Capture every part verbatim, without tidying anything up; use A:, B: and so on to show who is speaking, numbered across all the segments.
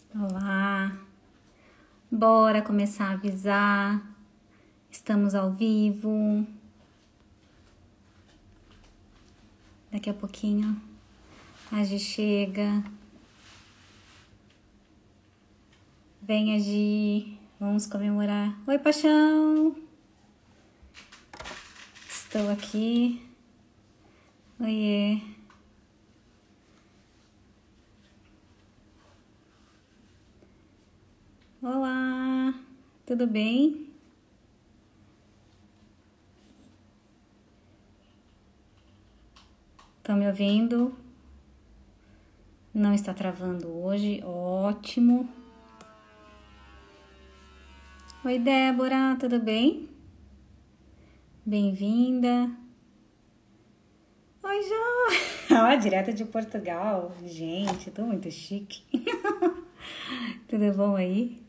A: Olá, bora começar a avisar. Estamos ao vivo. Daqui a pouquinho a Gi chega. Venha, Gi. Vamos comemorar. Oi, paixão. Estou aqui. Oiê. Olá, tudo bem? Estão me ouvindo? Não está travando hoje? Ótimo. Oi, Débora, tudo bem? Bem-vinda. Oi, Jó. Ó, direto de Portugal. Gente, tô muito chique. Tudo bom aí?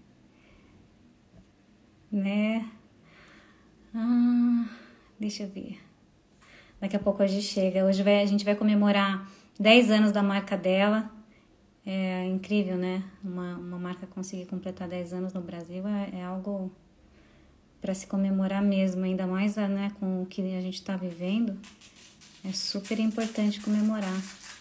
A: Né? Ah, deixa eu ver. Daqui a pouco hoje chega. Hoje vai, a gente vai comemorar dez anos da marca dela. É incrível, né? Uma, uma marca conseguir completar dez anos no Brasil é, é algo para se comemorar mesmo. Ainda mais, né, com o que a gente está vivendo. É super importante comemorar.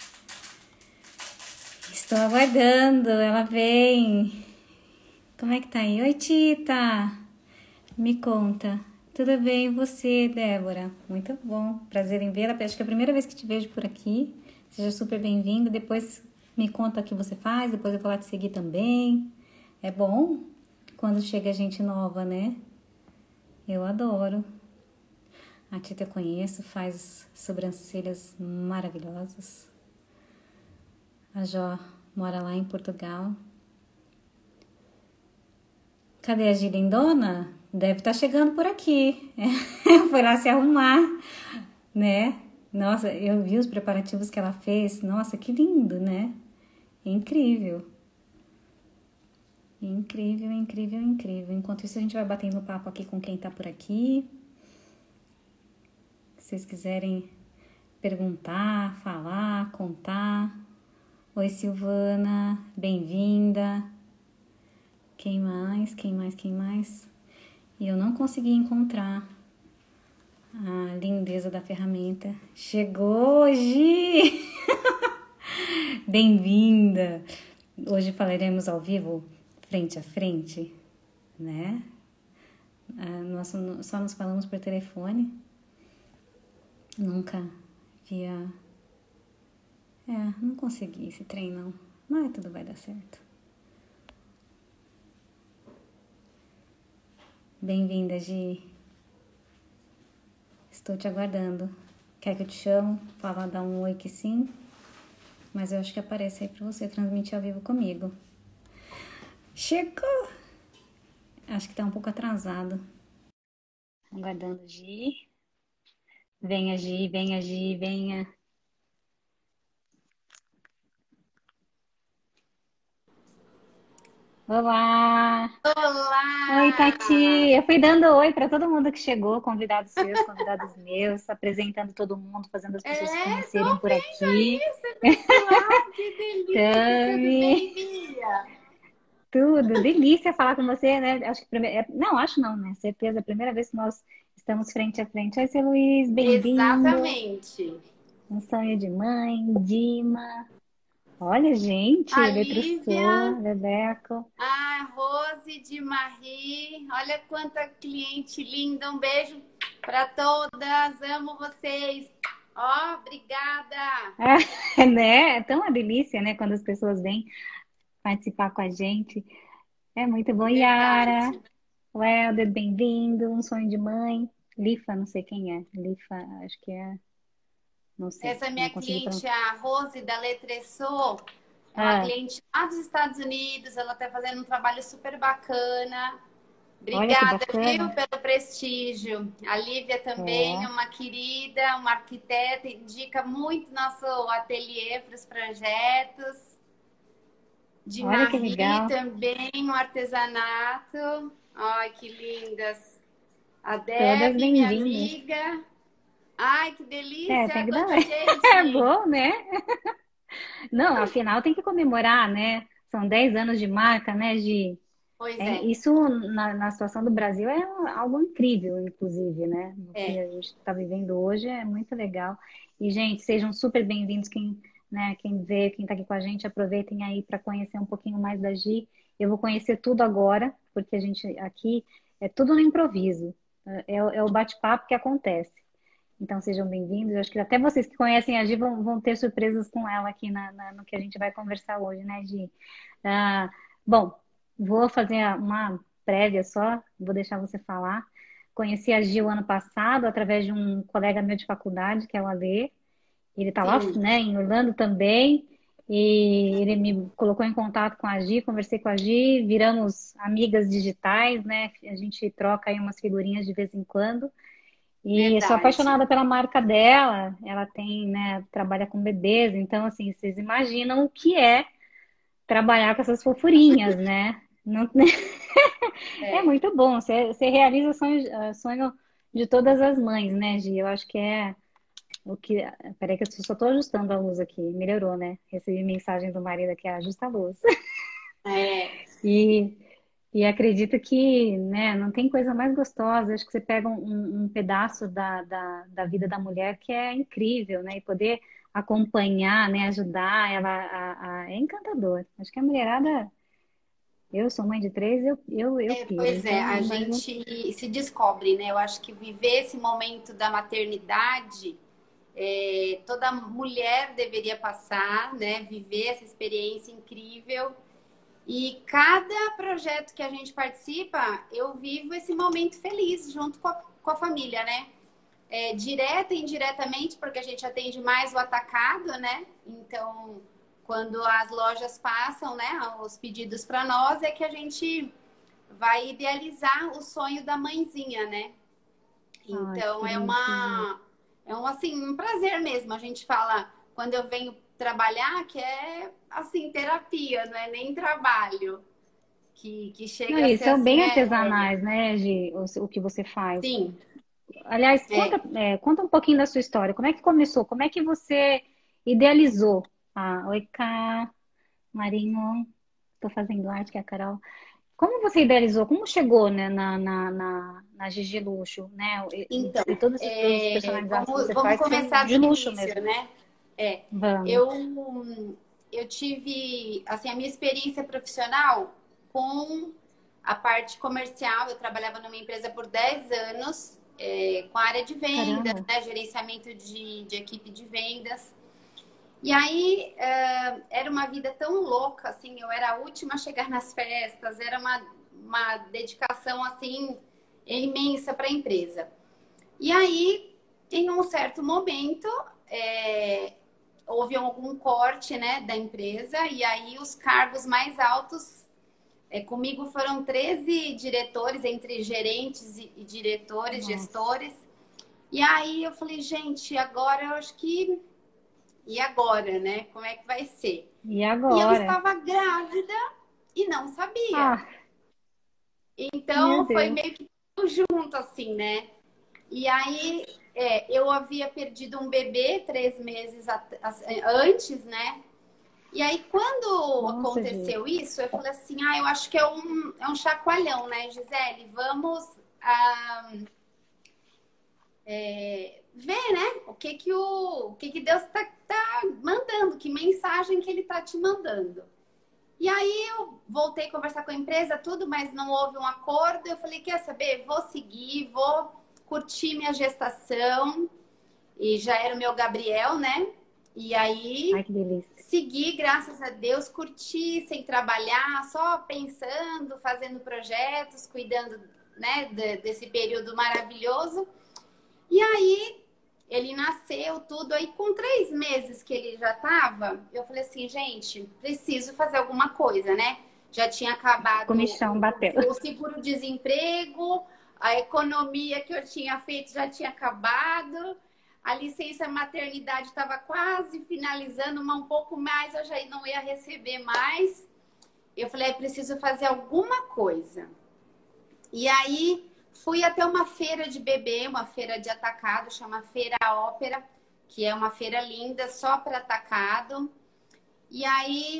A: Estou aguardando. Ela vem. Como é que tá aí? Oi, Tita. Me conta. Tudo bem, e você, Débora? Muito bom. Prazer em vê-la. Acho que é a primeira vez que te vejo por aqui. Seja super bem-vinda. Depois me conta o que você faz. Depois eu vou lá te seguir também. É bom quando chega gente nova, né? Eu adoro. A Tita eu conheço, faz sobrancelhas maravilhosas. A Jó mora lá em Portugal. Cadê a Gilindona? Deve estar chegando por aqui. Foi lá se arrumar, né? Nossa, eu vi os preparativos que ela fez. Nossa, que lindo, né? Incrível. Incrível, incrível, incrível. Enquanto isso, a gente vai batendo papo aqui com quem tá por aqui. Se vocês quiserem perguntar, falar, contar. Oi, Silvana. Bem-vinda. Quem mais? Quem mais? Quem mais? E eu não consegui encontrar a lindeza da ferramenta. Chegou hoje! Bem-vinda! Hoje falaremos ao vivo, frente a frente, né? Ah, nós só nos falamos por telefone. Nunca via... É, não consegui esse trem, não. Mas tudo vai dar certo. Bem-vinda, Gi. Estou te aguardando. Quer que eu te chamo? Fala, dá um oi que sim. Mas eu acho que aparece aí pra você transmitir ao vivo comigo. Chegou! Acho que tá um pouco atrasado. Aguardando, Gi. Venha, Gi, venha, Gi, venha. Olá! Oi,
B: Olá!
A: Tati! Eu fui dando oi para todo mundo que chegou, convidados seus, convidados meus, apresentando todo mundo, fazendo as pessoas se
B: É,
A: conhecerem
B: tô
A: por
B: vendo
A: aqui.
B: aí, você pessoal, que delícia, tudo
A: Tami,
B: bem, Bia?
A: tudo, delícia falar com você, né? Acho que primeira, não, acho não, né? Certeza, é a primeira vez que nós estamos frente a frente. Oi, seu Luiz, bem-vindo.
B: Exatamente.
A: Um sonho de mãe, Dima. Olha, gente,
B: A
A: Letra
B: Lívia,
A: Sua, Bebeco.
B: a Rose de Marie, olha quanta cliente linda, um beijo para todas, amo vocês. Ó, obrigada.
A: É, né? É tão uma delícia, né? Quando as pessoas vêm participar com a gente. É muito bom. Yara,
B: Verdade.
A: o Helder, bem-vindo. Um sonho de mãe. Lifa, não sei quem é. Lifa, acho que é. Não sei.
B: Essa
A: Não
B: minha
A: consegui
B: cliente,
A: pronunciar.
B: a Rose da Letresso, é uma
A: Ah,
B: cliente lá dos Estados Unidos. Ela está fazendo um trabalho super bacana.
A: olha que
B: Obrigada, viu,
A: bacana.
B: pelo prestígio. A Lívia também,
A: É.
B: uma querida, uma arquiteta, indica muito nosso ateliê para os projetos. De
A: Olha que
B: Marie
A: legal.
B: também, um artesanato. Ai, que lindas. A
A: Todas
B: Deb, minha
A: bem-vindas.
B: amiga. Ai, que
A: É,
B: delícia,
A: tem que dar.
B: quanta
A: É
B: gente.
A: bom, né? Não, afinal tem que comemorar, né? São dez anos de marca, né, Gi?
B: Pois
A: É,
B: é.
A: isso na, na situação do Brasil é algo incrível, inclusive, né? O que
B: É.
A: a gente está vivendo hoje é muito legal. E, gente, sejam super bem-vindos quem, né, quem veio, quem está aqui com a gente, aproveitem aí para conhecer um pouquinho mais da Gi. Eu vou conhecer tudo agora, porque a gente aqui é tudo no improviso. É, o- é o bate-papo que acontece. Então, sejam bem-vindos. Eu acho que até vocês que conhecem a Gi vão, vão ter surpresas com ela aqui na, na- no que a gente vai conversar hoje, né, Gi? Ah, bom, vou fazer uma prévia só, vou deixar você falar. Conheci a Gil ano passado através de um colega meu de faculdade, que é o Alê. Ele está lá,
B: Sim,
A: né, em Orlando também. E ele me colocou em contato com a Gi, conversei com a Gi, viramos amigas digitais, né? A gente troca aí umas figurinhas de vez em quando. E sou
B: verdade.
A: apaixonada pela marca dela. Ela tem, né, trabalha com bebês, então assim, vocês imaginam o que é trabalhar com essas fofurinhas, né? Não, é
B: É.
A: muito bom. Você, você realiza o sonho, eh, sonho de todas as mães, né, Gi? Eu acho que é o que. Peraí, que eu só estou ajustando a luz aqui. Melhorou, né? Recebi mensagem do marido aqui, ajusta a luz.
B: É.
A: E, e acredito que, né, não tem coisa mais gostosa. Acho que você pega um, um um pedaço da, da, da vida da mulher que é incrível, né? E poder acompanhar, né, ajudar ela a, a- é encantador. Acho que a mulherada. Eu sou mãe de três, eu, eu, eu
B: É,
A: piro.
B: pois é,
A: Então,
B: a
A: imagina.
B: gente se descobre, né? Eu acho que viver esse momento da maternidade, é, toda mulher deveria passar, né? Viver essa experiência incrível. E cada projeto que a gente participa, eu vivo esse momento feliz junto com a, com a família, né? É, direta e indiretamente, porque a gente atende mais o atacado, né? Então, quando as lojas passam, né, os pedidos para nós, é que a gente vai idealizar o sonho da mãezinha, né?
A: Ai, que
B: Então é
A: delícia, gente.
B: uma é um assim, um prazer mesmo. A gente fala quando eu venho trabalhar que é assim, terapia, não é nem trabalho, que, que
A: Não,
B: chega a
A: e
B: ser
A: são
B: assim,
A: bem
B: é,
A: artesanais, né, Gi, o, o que você faz.
B: sim,
A: Aliás,
B: é.
A: conta, é, conta um pouquinho da sua história. Como é que começou? Como é que você idealizou? Ah, oi, Cá, Marinho. Estou fazendo arte, que é a Carol. Como você idealizou? Como chegou, né, na, na, na, na Gigi Luxo, né? E, e-
B: Então,
A: e todos esses produtos
B: é,
A: personalizados que
B: vamos,
A: você
B: vamos
A: faz, que são
B: começar
A: de
B: do
A: luxo
B: início,
A: mesmo.
B: né? É,
A: Vamos.
B: eu, eu tive, assim, a minha experiência profissional com a parte comercial. Eu trabalhava numa empresa por dez anos, é, com a área de vendas,
A: Caramba.
B: né? Gerenciamento de, de equipe de vendas. E aí, é, era uma vida tão louca, assim, eu era a última a chegar nas festas, era uma, uma dedicação, assim, imensa para a empresa. E aí, em um certo momento, é, houve algum corte, né, da empresa, e aí os cargos mais altos, é, comigo foram treze diretores, entre gerentes e, e diretores,
A: Nossa.
B: gestores. E aí eu falei, gente, agora eu acho que. E agora, né? Como é que vai ser?
A: E
B: E eu
A: agora?
B: estava grávida e não sabia.
A: Ah, meu
B: Então foi
A: Deus.
B: meio que tudo junto, assim, né? E aí, é, eu havia perdido um bebê três meses antes, né? E aí, quando
A: Nossa, Gi.
B: aconteceu isso, eu falei assim: ah, eu acho que é um, é um chacoalhão, né, Gisele? Vamos ah, é, ver, né? O que que, o, o que, que Deus tá, tá mandando, que mensagem que Ele tá te mandando. E aí, eu voltei a conversar com a empresa, tudo, mas não houve um acordo. Eu falei: quer saber? Vou seguir, vou curtir minha gestação. E já era o meu Gabriel, né? E
A: Ai,
B: aí
A: que delícia.
B: segui, graças a Deus, curti sem trabalhar, só pensando, fazendo projetos, cuidando, né, de, desse período maravilhoso. E aí ele nasceu tudo. Aí com três meses que ele já tava, eu falei assim, gente, preciso fazer alguma coisa, né? Já tinha acabado
A: Comichão
B: o,
A: bateu.
B: o seguro-desemprego, a economia que eu tinha feito já tinha acabado. A licença maternidade estava quase finalizando, mas um pouco mais eu já não ia receber mais. Eu falei, é preciso fazer alguma coisa. E aí fui até uma feira de bebê, uma feira de atacado, chama Feira Ópera, que é uma feira linda só para atacado. E aí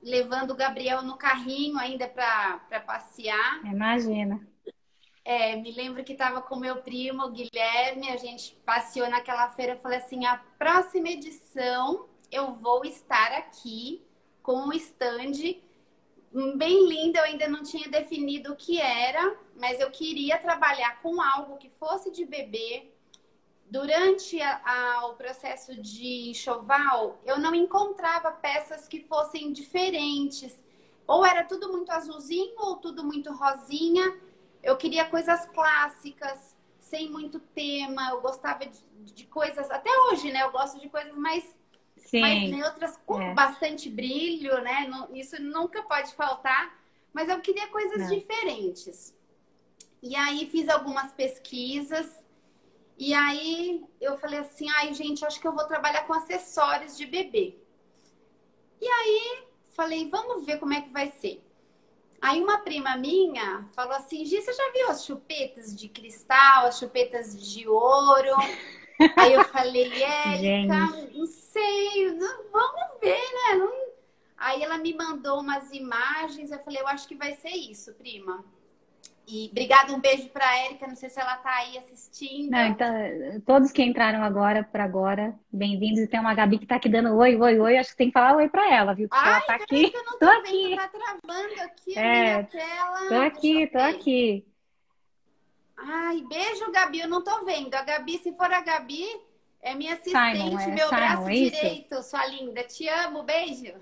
B: levando o Gabriel no carrinho ainda para passear.
A: Imagina.
B: É, me lembro que estava com meu primo, o Guilherme, a gente passeou naquela feira. Eu falei assim: a próxima edição eu vou estar aqui com o stand bem lindo. Eu ainda não tinha definido o que era, mas eu queria trabalhar com algo que fosse de bebê. Durante a, a, o processo de enxoval, eu não encontrava peças que fossem diferentes. Ou era tudo muito azulzinho, ou tudo muito rosinha. Eu queria coisas clássicas, sem muito tema. Eu gostava de, de coisas, até hoje, né? Eu gosto de coisas mais, mais
A: Sim,
B: neutras, com
A: é.
B: bastante brilho, né? Isso nunca pode faltar. Mas eu queria coisas
A: Não.
B: diferentes. E aí fiz algumas pesquisas. E aí eu falei assim: ai, gente, acho que eu vou trabalhar com acessórios de bebê. E aí falei: vamos ver como é que vai ser. Aí uma prima minha falou assim: Gi, você já viu as chupetas de cristal, as chupetas de ouro? Aí eu falei: Érica,
A: Gente.
B: não sei, não, vamos ver, né? Não... Aí ela me mandou umas imagens. Eu falei: eu acho que vai ser isso, prima. E obrigada, um beijo para a Érica. Não sei se ela tá aí assistindo.
A: Não, então, todos que entraram agora para agora, bem-vindos. E tem uma Gabi que tá aqui dando oi, oi, oi. Acho que tem que falar oi para ela, viu? Porque ela
B: Ai,
A: tá
B: peraí
A: aqui.
B: que eu não
A: Tô
B: tô vendo,
A: aqui.
B: tá travando aqui a minha
A: É, tô
B: tela. Deixa eu
A: aqui, tô
B: ver.
A: aqui.
B: Ai, beijo, Gabi, eu não tô vendo. A Gabi, se for a Gabi, é minha
A: Simon,
B: assistente,
A: é
B: meu
A: Simon,
B: braço
A: é isso?
B: direito, sua linda. Te amo, beijo.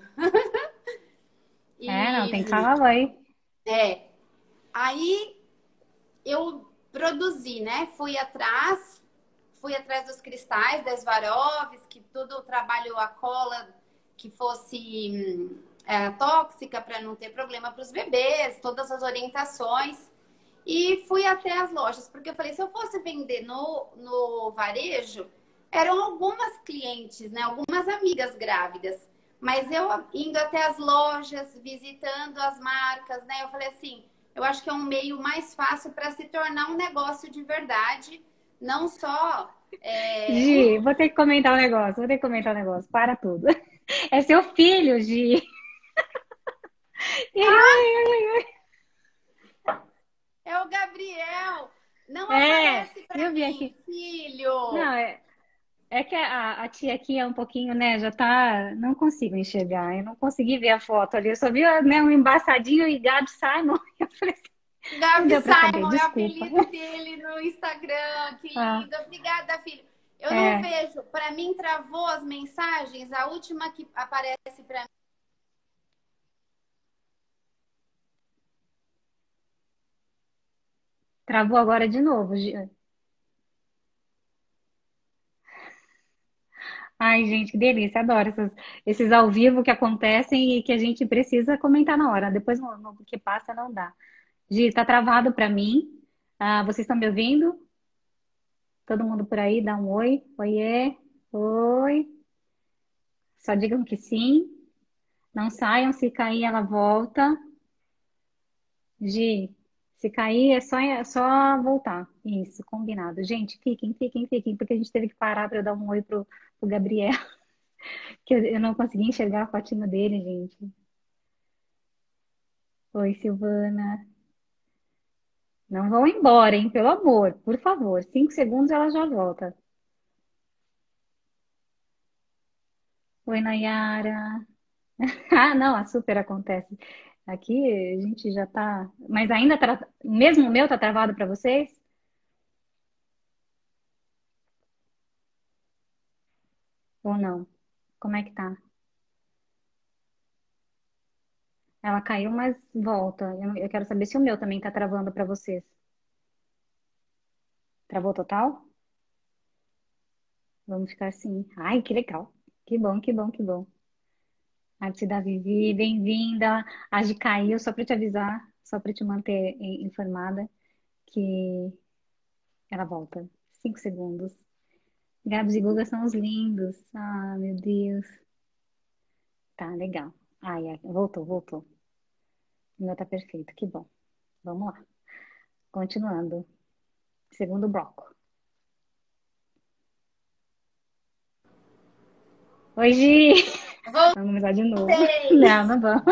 A: É, não, tem que
B: E
A: falar oi.
B: é, aí eu produzi, né? Fui atrás, fui atrás dos cristais, das Swarovski, tudo o trabalho a cola que fosse hum, é, tóxica para não ter problema para os bebês, todas as orientações. E fui até as lojas, porque eu falei, se eu fosse vender no, no varejo, eram algumas clientes, né? Algumas amigas grávidas. Mas eu indo até as lojas, visitando as marcas, né? Eu falei assim, eu acho que é um meio mais fácil para se tornar um negócio de verdade, não só é, um...
A: Gi, vou ter que comentar um negócio, vou ter que comentar um negócio. Para tudo. É seu filho, Gi. Ele, oi, oi, oi.
B: É o Gabriel. Não
A: É,
B: aparece para
A: eu vi
B: mim,
A: aqui. Não,
B: filho.
A: é, é que a, a tia aqui é um pouquinho, né? Já tá. Não consigo enxergar. Eu não consegui ver a foto ali. Eu só vi, né, um embaçadinho e Gabi Simon. Eu falei assim, não
B: Gabi
A: deu pra saber,
B: Simon é o
A: desculpa.
B: apelido dele no Instagram. Que
A: Ah,
B: lindo. Obrigada, filho. Eu não
A: é.
B: vejo. Para mim, travou as mensagens. A última que aparece para mim.
A: Travou agora de novo. Gi. Ai, gente, que delícia. Adoro essas- esses ao vivo que acontecem e que a gente precisa comentar na hora. Depois, no, no que passa, não dá. Gi, tá travado pra mim. Ah, vocês estão me ouvindo? Todo mundo por aí, dá um oi. Oiê. Oi. Só digam que sim. Não saiam. Se cair, ela volta. Gi, se cair, é só, é só voltar. Isso, combinado. Gente, fiquem, fiquem, fiquem, porque a gente teve que parar para eu dar um oi pro, pro Gabriel, que eu, eu não consegui enxergar a fotinho dele, gente. Oi, Silvana. Não vão embora, hein? Pelo amor, por favor. Cinco segundos ela já volta. Oi, Nayara. Ah, não, a super acontece. Aqui a gente já tá. Mas ainda tá. Mesmo o meu tá travado para vocês? Ou não? Como é que tá? Ela caiu, mas volta. Eu, eu quero saber se o meu também tá travando para vocês. Travou total? Vamos ficar assim. Ai, que legal. Que bom, que bom, que bom. Arte da Vivi, bem-vinda. A Gi caiu, só para te avisar, só para te manter eh, informada que ela volta. Cinco segundos. Gabs e Guga são os lindos. Ah, meu Deus. Tá, legal. Ai, ai, voltou, voltou. O meu tá perfeito, que bom. Vamos lá. Continuando. Segundo bloco. Oi, Gi! Vamos começar de novo.
B: Voltei!
A: Não, não vamos.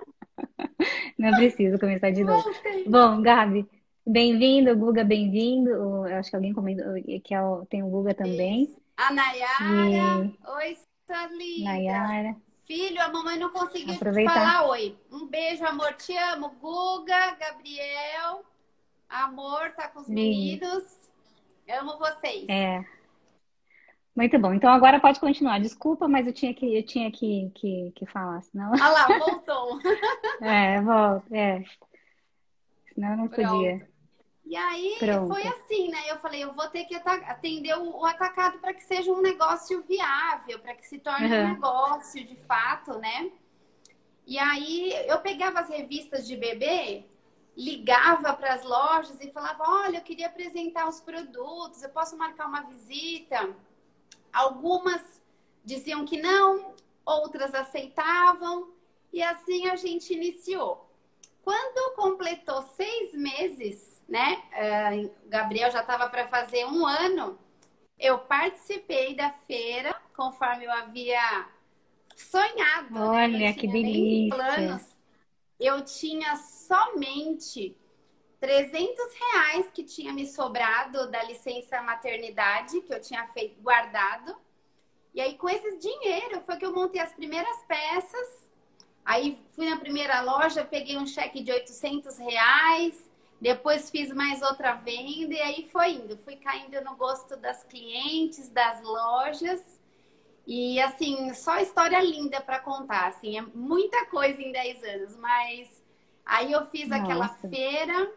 A: Não preciso começar de novo.
B: Voltei!
A: Bom, Gabi, bem-vindo, Guga, bem-vindo. O- Eu acho que alguém comentou que é o- tem o Guga também.
B: Isso. A Nayara.
A: E
B: Oi, sua linda.
A: Nayara,
B: Filho, a mamãe não conseguiu te
A: aproveitar.
B: falar oi. Um beijo, amor. Te amo. Guga, Gabriel. Amor, tá com os
A: Isso.
B: meninos. Amo vocês.
A: É, muito bom. Então agora pode continuar. Desculpa, mas eu tinha que, eu tinha que, que, que falar, senão.
B: Ah lá, voltou.
A: É, volta, é, senão eu não podia.
B: Pronto. E aí foi
A: Pronto.
B: assim, né? Eu falei, eu vou ter que ata- atender o, o atacado para que seja um negócio viável, para que se torne um
A: Aham.
B: negócio de fato, né? E aí eu pegava as revistas de bebê, ligava para as lojas e falava: olha, eu queria apresentar os produtos, eu posso marcar uma visita? Algumas diziam que não, outras aceitavam, e assim a gente iniciou. Quando completou seis meses, né? eh, O Gabriel já estava para fazer um ano. Eu participei da feira, conforme eu havia sonhado, né? Não
A: Olha que
B: tinha nem
A: delícia.
B: planos. Eu tinha somente trezentos reais que tinha me sobrado da licença maternidade, que eu tinha feito guardado. E aí, com esse dinheiro, foi que eu montei as primeiras peças. Aí, fui na primeira loja, peguei um cheque de oitocentos reais. Depois, fiz mais outra venda. E aí, foi indo. Fui caindo no gosto das clientes, das lojas. E, assim, só história linda para contar. Assim, é muita coisa em dez anos. Mas aí, eu fiz aquela
A: Nossa.
B: feira.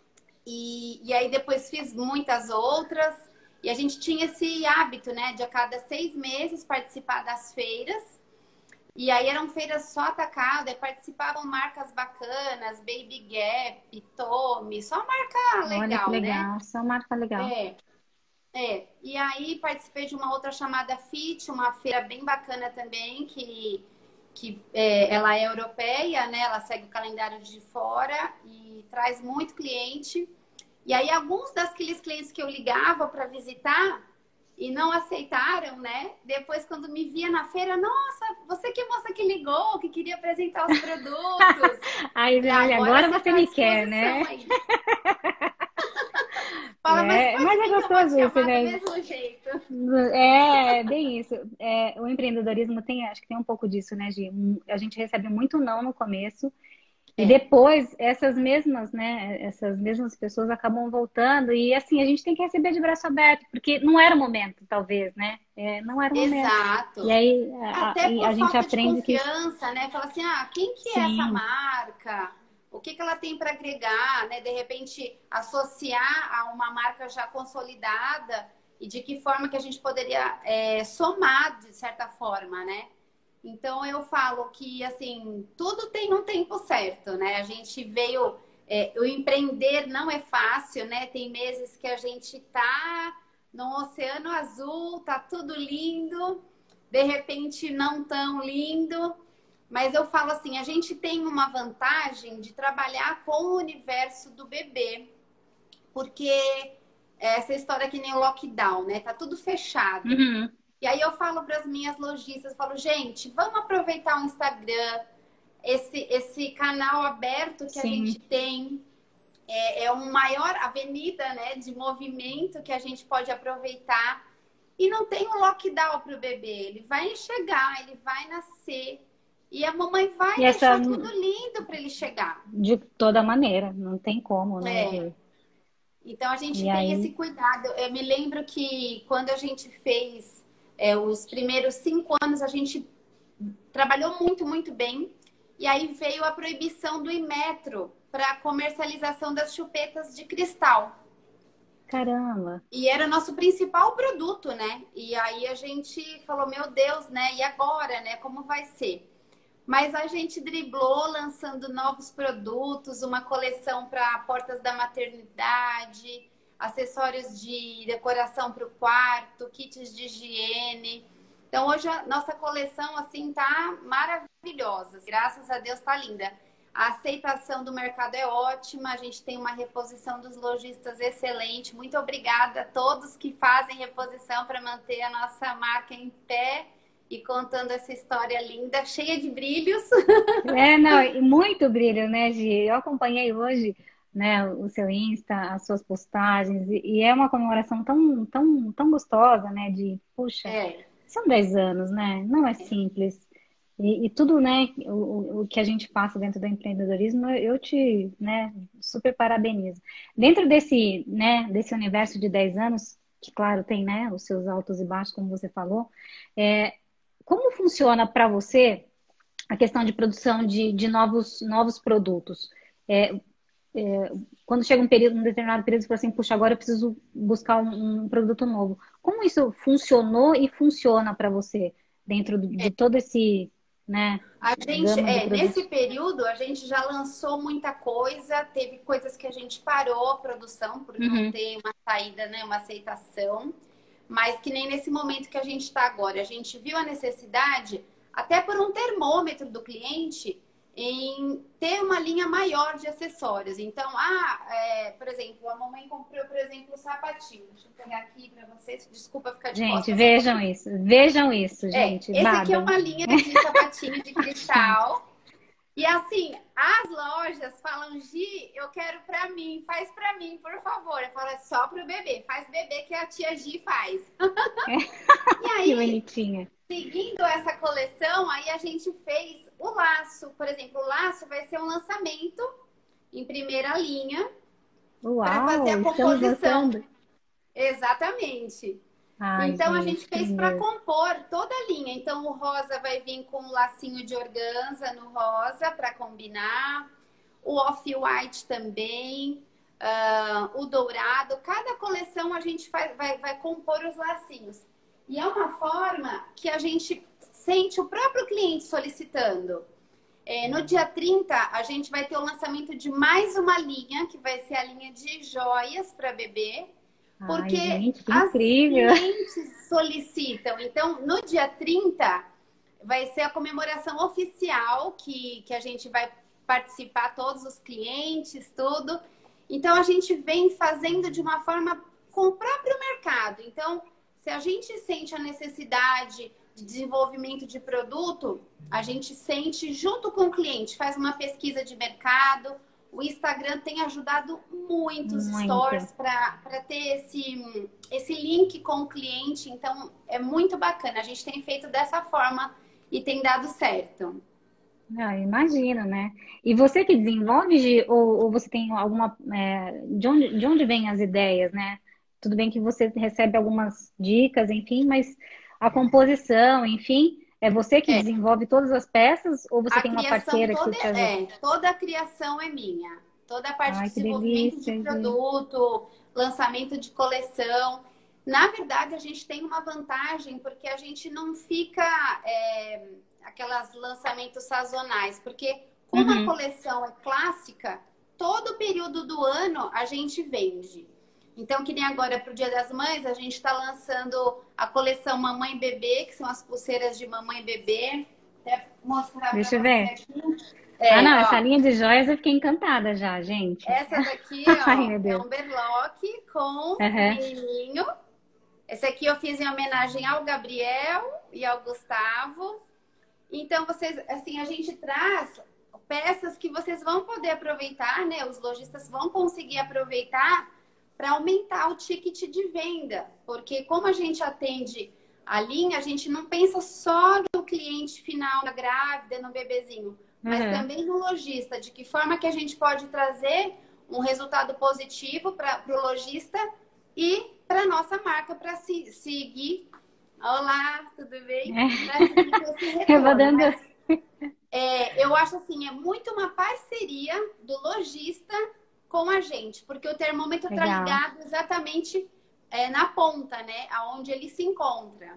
B: E, e aí depois fiz muitas outras. E a gente tinha esse hábito, né? De a cada seis meses participar das feiras. E aí eram feiras só atacado, e participavam marcas bacanas, Baby Gap, Tommy, só marca
A: Olha que
B: legal, né?
A: legal. Só marca legal.
B: É, é. E aí participei de uma outra chamada Fit, uma feira bem bacana também, que, que é, ela é europeia, né? Ela segue o calendário de fora e traz muito cliente. E aí, alguns daqueles clientes que eu ligava para visitar e não aceitaram, né? Depois, quando me via na feira, nossa, você que é moça que ligou, que queria apresentar os produtos.
A: Aí,
B: Falei,
A: olha,
B: agora
A: agora
B: você
A: você
B: está à
A: me quer, né?
B: disposição aí. Fala, mas
A: É,
B: pode
A: mas é
B: vir que eu vou
A: gostoso
B: te
A: isso,
B: amar do
A: né?
B: mesmo jeito.
A: É, bem isso. É, o empreendedorismo tem, acho que tem um pouco disso, né, Gi? Um, A gente recebe muito não no começo e
B: É,
A: depois essas mesmas, né, essas mesmas pessoas acabam voltando e assim, a gente tem que receber de braço aberto, porque não era o momento, talvez, né? É, não era o momento. E
B: exato.
A: aí a, a-
B: Até
A: e a
B: por
A: gente
B: falta de
A: aprende que
B: confiança, né? Fala assim, ah, quem que é essa
A: sim,
B: marca? O que que ela tem para agregar, né? De repente, associar a uma marca já consolidada e de que forma que a gente poderia é, somar, de certa forma, né? Então, eu falo que, assim, tudo tem um tempo certo, né? A gente veio... é, o empreender não é fácil, né? Tem meses que a gente tá no oceano azul, tá tudo lindo, de repente não tão lindo. Mas eu falo assim, a gente tem uma vantagem de trabalhar com o universo do bebê, porque essa história que nem o lockdown, né? Tá tudo fechado.
A: uhum,
B: E aí eu falo para as minhas lojistas, eu falo, gente, vamos aproveitar o Instagram, esse, esse canal aberto que a
A: sim.
B: gente tem. É, é uma maior avenida, né, de movimento que a gente pode aproveitar. E não tem um lockdown para o bebê. Ele vai chegar, ele vai nascer. E a mamãe vai
A: E essa
B: deixar tudo lindo para ele chegar.
A: de toda maneira, não tem como, né,
B: É.
A: Gi?
B: Então a gente
A: E
B: tem esse
A: aí,
B: cuidado. Eu me lembro que quando a gente fez é, os primeiros cinco anos, a gente trabalhou muito, muito bem. E aí veio a proibição do Imetro para comercialização das chupetas de cristal.
A: caramba.
B: E era o nosso principal produto, né? E aí a gente falou, meu Deus, né? E agora, né? Como vai ser? Mas a gente driblou lançando novos produtos, uma coleção para portas da maternidade, acessórios de decoração para o quarto, kits de higiene. Então hoje a nossa coleção assim tá maravilhosa. Graças a Deus tá linda. A aceitação do mercado é ótima, a gente tem uma reposição dos lojistas excelente. Muito obrigada a todos que fazem reposição para manter a nossa marca em pé e contando essa história linda, cheia de brilhos.
A: É, não, e muito brilho, né, Gi? Eu acompanhei hoje, né, o seu Insta, as suas postagens, e, e é uma comemoração tão, tão, tão gostosa, né, de, puxa,
B: É,
A: são dez anos, né? Não é simples. E, e tudo, né, o, o o que a gente passa dentro do empreendedorismo, eu te, né, super parabenizo. Dentro desse, né, desse universo de dez anos, que claro tem, né, os seus altos e baixos, como você falou, é, como funciona para você a questão de produção de, de novos, novos produtos? É, quando chega um período, um determinado período, você fala assim, puxa, agora eu preciso buscar um, um produto novo. Como isso funcionou e funciona para você dentro do- de todo esse, né,
B: a gente,
A: gama de
B: é, nesse
A: produtos?
B: período, a gente já lançou muita coisa, teve coisas que a gente parou a produção por não
A: Uhum.
B: ter uma saída, né, uma aceitação, mas que nem nesse momento que a gente está agora. A gente viu a necessidade, até por um termômetro do cliente, em ter uma linha maior de acessórios. Então, ah, é, por exemplo, a mamãe comprou, por exemplo, o sapatinho. Deixa eu pegar aqui para vocês. Desculpa ficar de
A: Gente,
B: costas só um
A: vejam
B: pouquinho.
A: isso. Vejam isso,
B: É,
A: gente.
B: esse aqui é
A: Babem.
B: uma linha de sapatinho de
A: Sim.
B: cristal. E assim, as lojas falam, Gi, eu quero pra mim, faz pra mim, por favor. Eu falo, é só pro bebê, faz bebê que a tia Gi faz. E
A: Que
B: aí,
A: bonitinha.
B: seguindo essa coleção, aí a gente fez o laço. Por exemplo, o laço vai ser um lançamento em primeira linha para fazer
A: Uau,
B: a
A: estamos
B: composição.
A: lançando.
B: Exatamente.
A: Ai,
B: Então a
A: gente,
B: gente
A: que
B: fez para
A: lindo.
B: compor toda a linha. Então o rosa vai vir com um lacinho de organza no rosa para combinar. O off-white também. Uh, o dourado. Cada coleção a gente faz, vai, vai compor os lacinhos. E é uma forma que a gente sente o próprio cliente solicitando. É, no dia trinta, a gente vai ter o lançamento de mais uma linha, que vai ser a linha de joias para bebê,
A: Ai,
B: porque
A: gente, que
B: as
A: incrível.
B: clientes solicitam. Então, no dia trinta, vai ser a comemoração oficial, que, que a gente vai participar, todos os clientes, tudo. Então, a gente vem fazendo de uma forma com o próprio mercado. Então, se a gente sente a necessidade de desenvolvimento de produto, a gente sente junto com o cliente, faz uma pesquisa de mercado. O Instagram tem ajudado muito os
A: Muito.
B: stores para ter esse, esse link com o cliente. Então, é muito bacana. A gente tem feito dessa forma e tem dado certo.
A: Ah, imagino, né? E você que desenvolve, Gi, ou, ou você tem alguma. É, de onde, de onde vêm as ideias, né? Tudo bem que você recebe algumas dicas, enfim, mas a composição, enfim, é você que
B: É,
A: desenvolve todas as peças ou você
B: a
A: tem uma
B: criação
A: parceira que
B: toda
A: te ajuda?
B: é, toda a criação é minha. Toda a parte de
A: Ai, que
B: desenvolvimento de
A: delícia, Gi.
B: produto, lançamento de coleção. Na verdade, a gente tem uma vantagem porque a gente não fica é, aquelas lançamentos sazonais, porque como a
A: Uhum.
B: coleção é clássica, todo período do ano a gente vende. Então, que nem agora para o Dia das Mães, a gente está lançando a coleção Mamãe e Bebê, que são as pulseiras de mamãe e bebê. Até mostrar para
A: Deixa eu
B: você
A: ver.
B: aqui.
A: Ah, não,
B: É,
A: essa
B: ó.
A: linha de joias eu fiquei encantada já, gente.
B: Essa daqui,
A: Ai,
B: ó,
A: meu
B: é
A: Deus.
B: um berlock com o
A: Aham.
B: menininho. Esse aqui eu fiz em homenagem ao Gabriel e ao Gustavo. Então, vocês, assim, a gente traz peças que vocês vão poder aproveitar, né? Os lojistas vão conseguir aproveitar para aumentar o ticket de venda. Porque como a gente atende a linha, a gente não pensa só no cliente final, na grávida, no bebezinho, mas
A: Aham.
B: também no lojista. De que forma que a gente pode trazer um resultado positivo para o lojista e para nossa marca para se, seguir. Olá, tudo bem? Para seguir com esse
A: Eu vou
B: retorno.
A: dando.
B: Mas é, eu acho assim, é muito uma parceria do lojista com a gente, porque o termômetro está
A: Legal.
B: ligado exatamente é, na ponta, né? Aonde ele se encontra.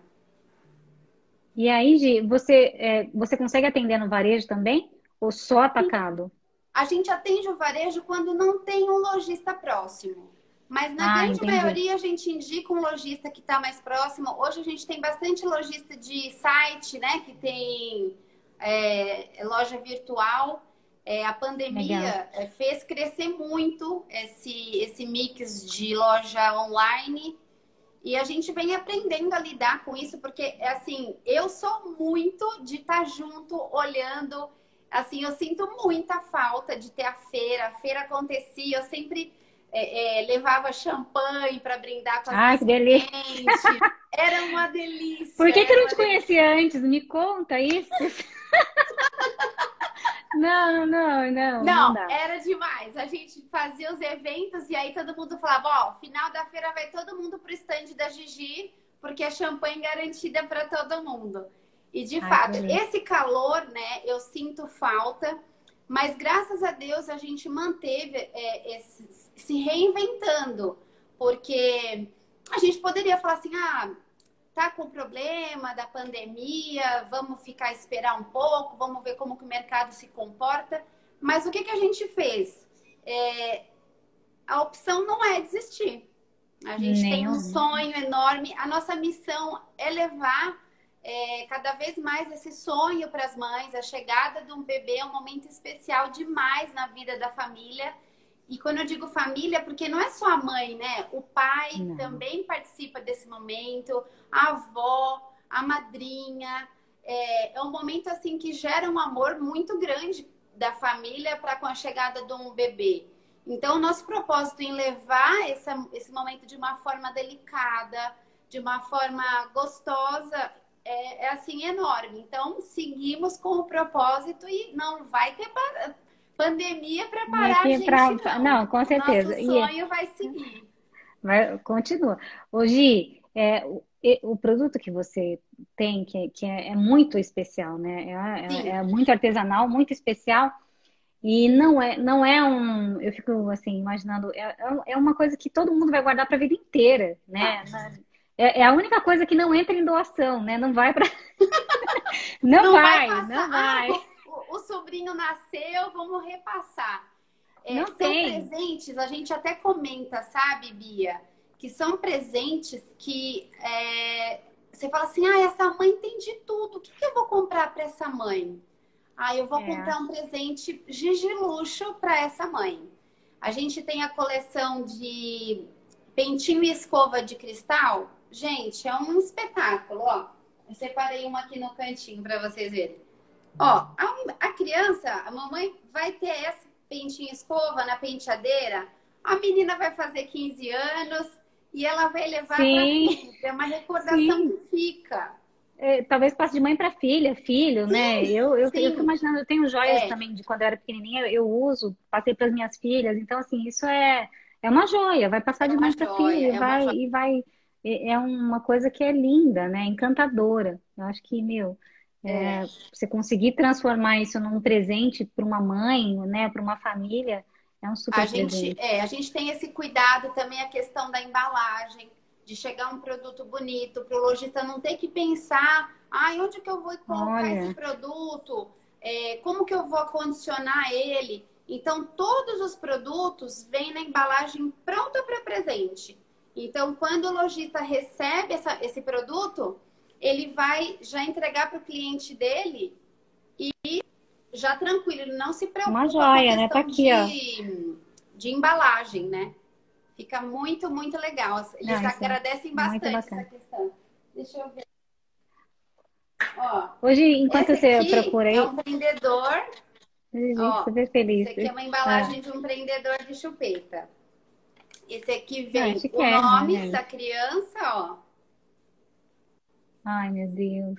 A: E aí, Gi, você, é, você consegue atender no varejo também? Ou só atacado?
B: A gente atende o varejo quando não tem um lojista próximo. Mas na
A: Ah,
B: grande
A: entendi.
B: maioria a gente indica um lojista que está mais próximo. Hoje a gente tem bastante lojista de site, né? Que tem é, loja virtual. É, a
A: Legal.
B: pandemia é, fez crescer muito esse, esse mix de loja online. E a gente vem aprendendo a lidar com isso, porque, assim, eu sou muito de estar junto, olhando. Assim, eu sinto muita falta de ter a feira. A feira acontecia, eu sempre é, é, levava champanhe para brindar com as
A: Ai,
B: minhas
A: que delícia.
B: clientes. Era uma
A: Por
B: delícia,
A: que que eu
B: era
A: não
B: uma
A: te
B: delícia.
A: conhecia antes? Me conta isso. Não, não, não, não
B: Não,
A: dá.
B: era demais. A gente fazia os eventos e aí todo mundo falava, ó, final da feira vai todo mundo pro stand da Gigi, porque é champanhe garantida para todo mundo. E de
A: Ai, que
B: fato,
A: delícia.
B: esse calor, né, eu sinto falta, mas graças a Deus a gente manteve é, esse, se reinventando, porque a gente poderia falar assim, ah, tá com problema da pandemia, vamos ficar esperar um pouco, vamos ver como que o mercado se comporta. Mas o que, que a gente fez? É, a opção não é desistir. A gente tem um
A: Nenhum.
B: sonho enorme. A nossa missão é levar é, cada vez mais esse sonho para as mães. A chegada de um bebê é um momento especial demais na vida da família. E quando eu digo família, porque não é só a mãe, né? O pai
A: Não.
B: também participa desse momento, a avó, a madrinha. É, é um momento assim que gera um amor muito grande da família para com a chegada de um bebê. Então, o nosso propósito em levar essa, esse momento de uma forma delicada, de uma forma gostosa, é, é assim enorme. Então, seguimos com o propósito e não vai ter pandemia para
A: É
B: parar a
A: que
B: gente,
A: pra...
B: não.
A: Não, com
B: O nosso
A: certeza. E
B: sonho vai seguir.
A: vai, continua. Hoje, é, o, e- o produto que você tem, que, que é, é muito especial, né? É, é,
B: Sim,
A: é muito artesanal, muito especial. E não é, não é um. Eu fico assim, imaginando, é, é é uma coisa que todo mundo vai guardar para a vida inteira, né?
B: vai.
A: Na- É, é a única coisa que não entra em doação, né? Não vai para. Não
B: Não vai
A: vai,
B: passar.
A: não
B: Ah,
A: vai.
B: o, o sobrinho nasceu, vamos repassar. É,
A: Não
B: são
A: tem.
B: presentes, a gente até comenta, sabe, Bia? Que são presentes que é, você fala assim: ah, essa mãe tem de tudo, o que, que eu vou comprar para essa mãe? Ah, eu vou
A: É,
B: comprar um presente Gigi Luxo para essa mãe. A gente tem a coleção de pentinho e escova de cristal. Gente, é um espetáculo, ó. Eu separei uma aqui no cantinho para vocês verem. Ó, a, a criança, a mamãe vai ter essa pentinho e escova na penteadeira. A menina vai fazer quinze anos e ela vai levar para
A: sim,
B: sempre. É uma recordação
A: sim.
B: que fica.
A: É, talvez passe de mãe para filha, filho, né? Eu, eu, eu fico
B: Sim,
A: imaginando, eu tenho joias
B: é,
A: também de quando eu era pequenininha, eu uso, passei para as minhas filhas, então assim, isso é, é uma joia, vai passar
B: é
A: de
B: uma
A: mãe para filha
B: joia,
A: e
B: é uma
A: vai,
B: joia.
A: e vai, é é uma coisa que é linda, né? Encantadora. Eu acho que, meu,
B: É.
A: é, você conseguir transformar isso num presente para uma mãe, né, para uma família, é um
B: A
A: super
B: gente,
A: presente.
B: é, a gente tem esse cuidado também, a questão da embalagem, de chegar um produto bonito, para o lojista não ter que pensar, ah, onde que eu vou colocar esse
A: Olha,
B: produto? É, como que eu vou acondicionar ele? Então, todos os produtos vêm na embalagem pronta para presente. Então, quando o lojista recebe essa, esse produto, ele vai já entregar para o cliente dele já tranquilo, ele não se
A: uma
B: preocupa com a
A: joia, né? Tá
B: questão
A: aqui, ó.
B: de, de embalagem, né? Fica muito, muito legal. Eles
A: Não, isso é
B: agradecem
A: muito
B: bastante essa
A: bacana.
B: questão. Deixa eu ver. Ó,
A: Hoje, enquanto
B: esse
A: você
B: aqui
A: procura
B: é
A: aí,
B: um prendedor.
A: Gigi,
B: Ó,
A: super
B: esse
A: feliz.
B: aqui é uma
A: Ah,
B: embalagem de um prendedor de chupeta. Esse aqui
A: não, é
B: vem o
A: chiquérrimo,
B: nome
A: gente.
B: da criança, ó.
A: Ai, meu Deus.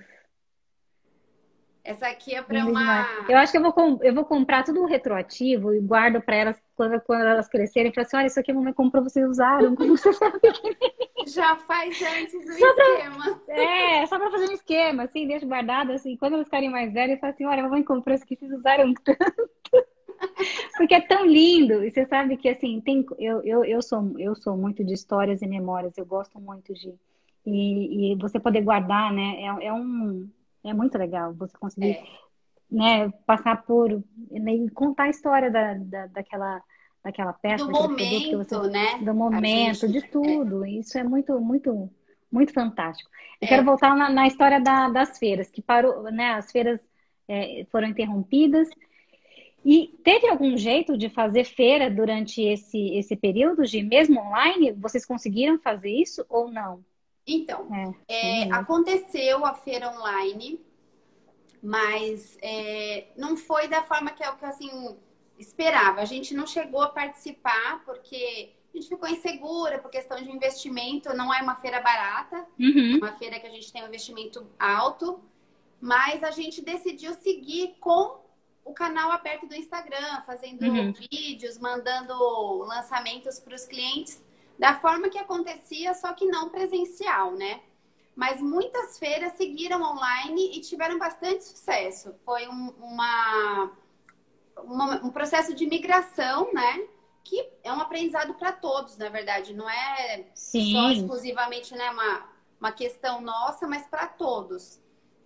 B: Essa aqui é para
A: Lindo demais. Eu
B: uma.
A: acho que eu vou, com- eu vou comprar tudo retroativo e guardo para elas quando, quando elas crescerem. Falar assim, olha, isso aqui a mamãe comprou, vocês usaram. Quando vocês eram pequenininhos.
B: Já faz antes o
A: Só pra,
B: esquema.
A: é, só para fazer um esquema, assim, deixo guardado, assim. Quando elas ficarem mais velhas, eu falo assim, olha, a mamãe comprou isso aqui, vocês usaram tanto. Porque é tão lindo. E você sabe que, assim, tem, eu, eu, eu sou, eu sou muito de histórias e memórias. Eu gosto muito de... E, e você poder guardar, né? É, é um... É muito legal você conseguir,
B: É.
A: né, passar por né, e contar a história da, da, daquela, daquela
B: Do
A: peça, daquele produto que você,
B: momento, né?
A: do
B: A
A: momento,
B: gente.
A: de tudo. Isso é muito, muito, muito fantástico. Eu quero
B: É,
A: voltar na, na história da- das feiras, que parou, né? As feiras é, foram interrompidas. E teve algum jeito de fazer feira durante esse, esse período, de mesmo online? Vocês conseguiram fazer isso ou não?
B: Então,
A: É,
B: é,
A: sem dúvida.
B: aconteceu a feira online, mas é, não foi da forma que eu, que eu, assim, esperava. A gente não chegou a participar porque a gente ficou insegura por questão de investimento. Não é uma feira barata, é
A: Uhum,
B: uma feira que a gente tem um investimento alto, mas a gente decidiu seguir com o canal aberto do Instagram, fazendo
A: uhum.
B: vídeos, mandando lançamentos para os clientes da forma que acontecia, só que não presencial, né? Mas muitas feiras seguiram online e tiveram bastante sucesso. Foi um, uma, uma, um processo de migração, né? Que é um aprendizado para todos, na verdade. Não é só
A: Sim,
B: exclusivamente, né, uma, uma questão nossa, mas para todos.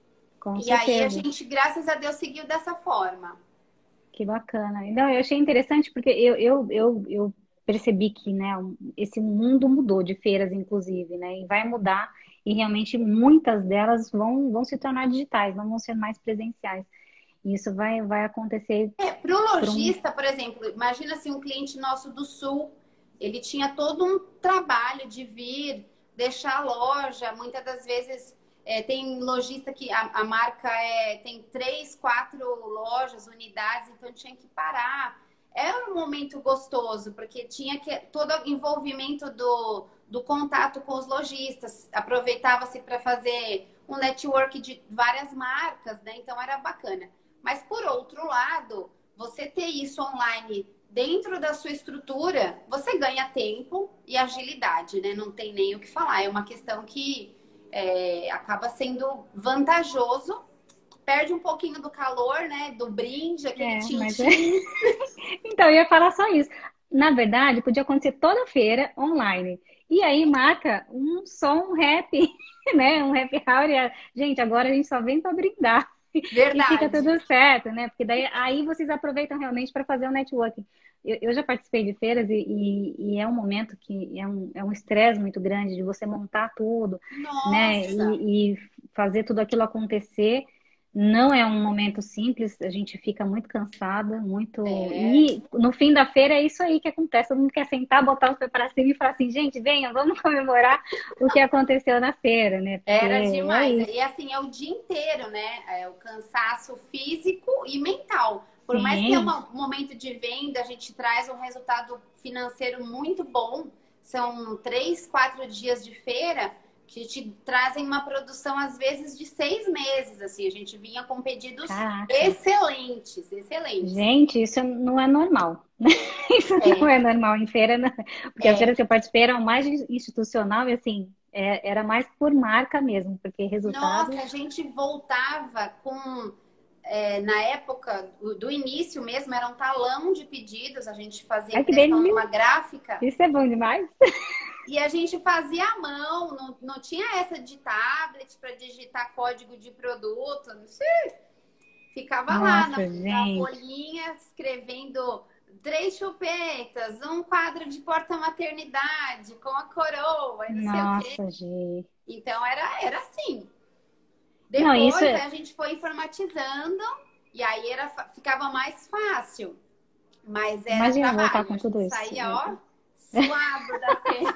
A: com
B: E aí a
A: certeza.
B: gente, graças a Deus, seguiu dessa forma.
A: Que bacana. Então, eu achei interessante porque eu, eu, eu, eu percebi que, né, esse mundo mudou de feiras, inclusive, né, e vai mudar, e realmente muitas delas vão, vão se tornar digitais, não vão ser mais presenciais. E isso vai, vai acontecer
B: É, para o
A: por um.
B: lojista, por exemplo, imagina assim, um cliente nosso do Sul, ele tinha todo um trabalho de vir, deixar a loja, muitas das vezes é, tem lojista que a, a marca é, tem três, quatro lojas, unidades, então tinha que parar. Era um momento gostoso, porque tinha que todo o envolvimento do, do contato com os lojistas, aproveitava-se para fazer um network de várias marcas, né? Então era bacana. Mas, por outro lado, você ter isso online dentro da sua estrutura, você ganha tempo e agilidade, né? Não tem nem o que falar. É uma questão que é, acaba sendo vantajoso. Perde um pouquinho do calor, né? Do brinde, aquele
A: É, mas é.
B: tintim.
A: Então, eu ia falar só isso. Na verdade, podia acontecer toda feira online. E aí marca um só um happy, né? Um happy hour. E a- Gente, agora a gente só vem para brindar. E fica
B: Verdade.
A: tudo certo, né? Porque daí aí vocês aproveitam realmente para fazer o networking. Eu, eu já participei de feiras e, e- e é um momento que é um é um estresse muito grande de você montar tudo, né?
B: Nossa.
A: E, e fazer tudo aquilo acontecer. Não é um momento simples, a gente fica muito cansada, muito.
B: É.
A: E no fim da feira é isso aí que acontece. Todo mundo quer sentar, botar os pés para cima e falar assim, gente, venha, vamos comemorar o que aconteceu na feira, né? Porque
B: Era
A: é
B: demais.
A: isso.
B: E assim, é o dia inteiro, né? É o cansaço físico e mental. Por mais que é
A: Sim.
B: uma- um momento de venda, a gente traz um resultado financeiro muito bom. São três, quatro dias de feira que te trazem uma produção, às vezes, de seis meses. Assim, a gente vinha com pedidos
A: Caraca.
B: excelentes, excelentes.
A: Gente, isso não é normal. Isso não
B: É,
A: é normal em feira, não. Porque as
B: é.
A: feiras que eu participei eram mais institucional e assim, é- era mais por marca mesmo, porque resultado.
B: Nossa, a gente voltava com é, na época do, do início mesmo, era um talão de pedidos, a gente fazia
A: Ai, que
B: impressão numa
A: delícia!
B: gráfica
A: Isso é bom demais.
B: e a gente fazia à mão, não, não tinha essa de tablet para digitar código de produto, não sei. Ficava lá na,
A: Nossa,
B: na
A: gente.
B: folhinha escrevendo três chupetas, um quadro de porta-maternidade com a coroa e não sei o quê.
A: Nossa, gente.
B: Então era, era assim.
A: Não, isso
B: Depois
A: é.
B: a gente foi informatizando e aí era, ficava mais fácil. Mas era
A: Imagina voltar
B: trabalho. A
A: com
B: gente
A: tudo isso.
B: saía, ó, suado da feira.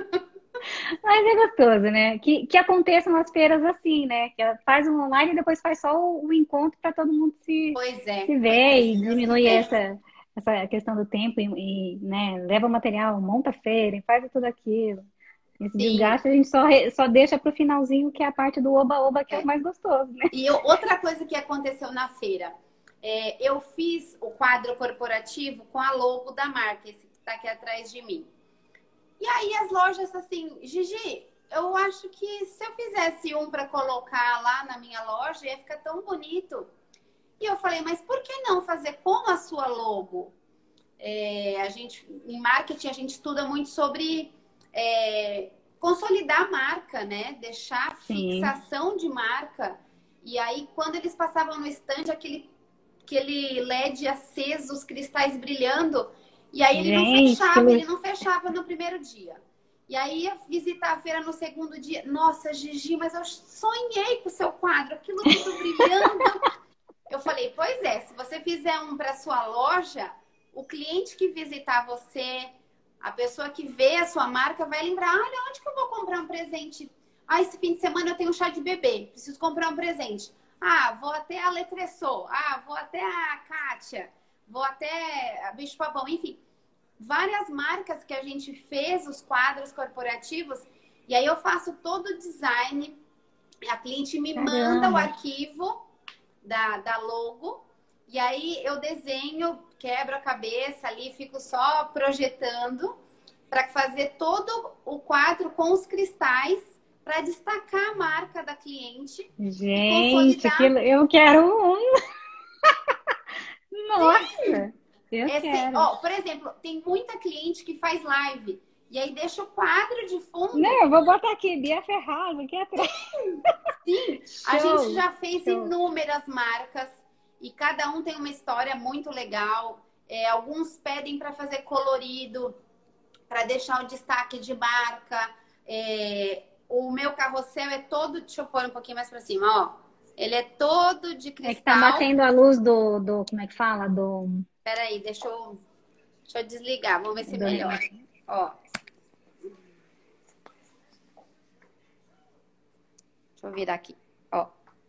A: Mas é gostoso, né? Que, que aconteçam as feiras assim, né? Que ela faz um online e depois faz só o, o encontro para todo mundo se,
B: Pois é,
A: se
B: pois é,
A: ver
B: se
A: e
B: Deus
A: diminui
B: quiser.
A: essa, essa questão do tempo e, e, né, leva o material, monta a feira e faz tudo aquilo. Esse
B: Sim.
A: desgaste a gente só, re- só deixa para o finalzinho, que é a parte do oba-oba, que é o
B: É.
A: mais gostoso, né?
B: E eu- outra coisa que aconteceu na feira, é, eu fiz o quadro corporativo com a logo da marca, esse que está aqui atrás de mim. E aí as lojas assim, Gigi, eu acho que se eu fizesse um para colocar lá na minha loja, ia ficar tão bonito. E eu falei, mas por que não fazer com a sua logo? É, a gente, em marketing, a gente estuda muito sobre é, consolidar a marca, né? Deixar
A: Sim.
B: fixação de marca. E aí, quando eles passavam no stand, aquele, aquele L E D aceso, os cristais brilhando, e aí ele não
A: Gente, que
B: fechava, ele
A: luz.
B: não fechava no primeiro dia. E aí ia visitar a feira no segundo dia. Nossa, Gigi, mas eu sonhei com o seu quadro, aquilo tudo brilhando. Eu falei, pois é, se você fizer um para sua loja, o cliente que visitar você, a pessoa que vê a sua marca vai lembrar, olha, onde que eu vou comprar um presente Ah, esse fim de semana eu tenho chá de bebê, preciso comprar um presente. Ah, vou até a Letressô. Ah, vou até a Kátia. Vou até a Bicho Papão. Enfim, várias marcas que a gente fez os quadros corporativos. E aí eu faço todo o design. A cliente me manda o
A: Caramba.
B: arquivo da, da logo. E aí eu desenho, quebro a cabeça ali, fico só projetando para fazer todo o quadro com os cristais para destacar a marca da cliente e
A: Gente, que...
B: consolidar.
A: eu quero um. Nossa, eu
B: Esse,
A: quero.
B: ó, por exemplo, tem muita cliente que faz live e aí deixa o quadro de
A: Não,
B: fundo.
A: eu vou botar aqui, Bia Ferraro, aqui atrás.
B: Sim, a gente
A: Show,
B: já fez
A: show.
B: inúmeras marcas e cada um tem uma história muito legal. É, alguns pedem para fazer colorido, para deixar o destaque de marca. É, o meu carrossel é todo, deixa eu pôr um pouquinho mais para cima, ó. Ele é todo de
A: É que tá
B: cristal.
A: batendo a luz do, do, como é que fala? Do,
B: Peraí, deixa eu, deixa eu desligar, vamos ver se
A: do...
B: melhora. Ó, deixa eu virar aqui. Ó,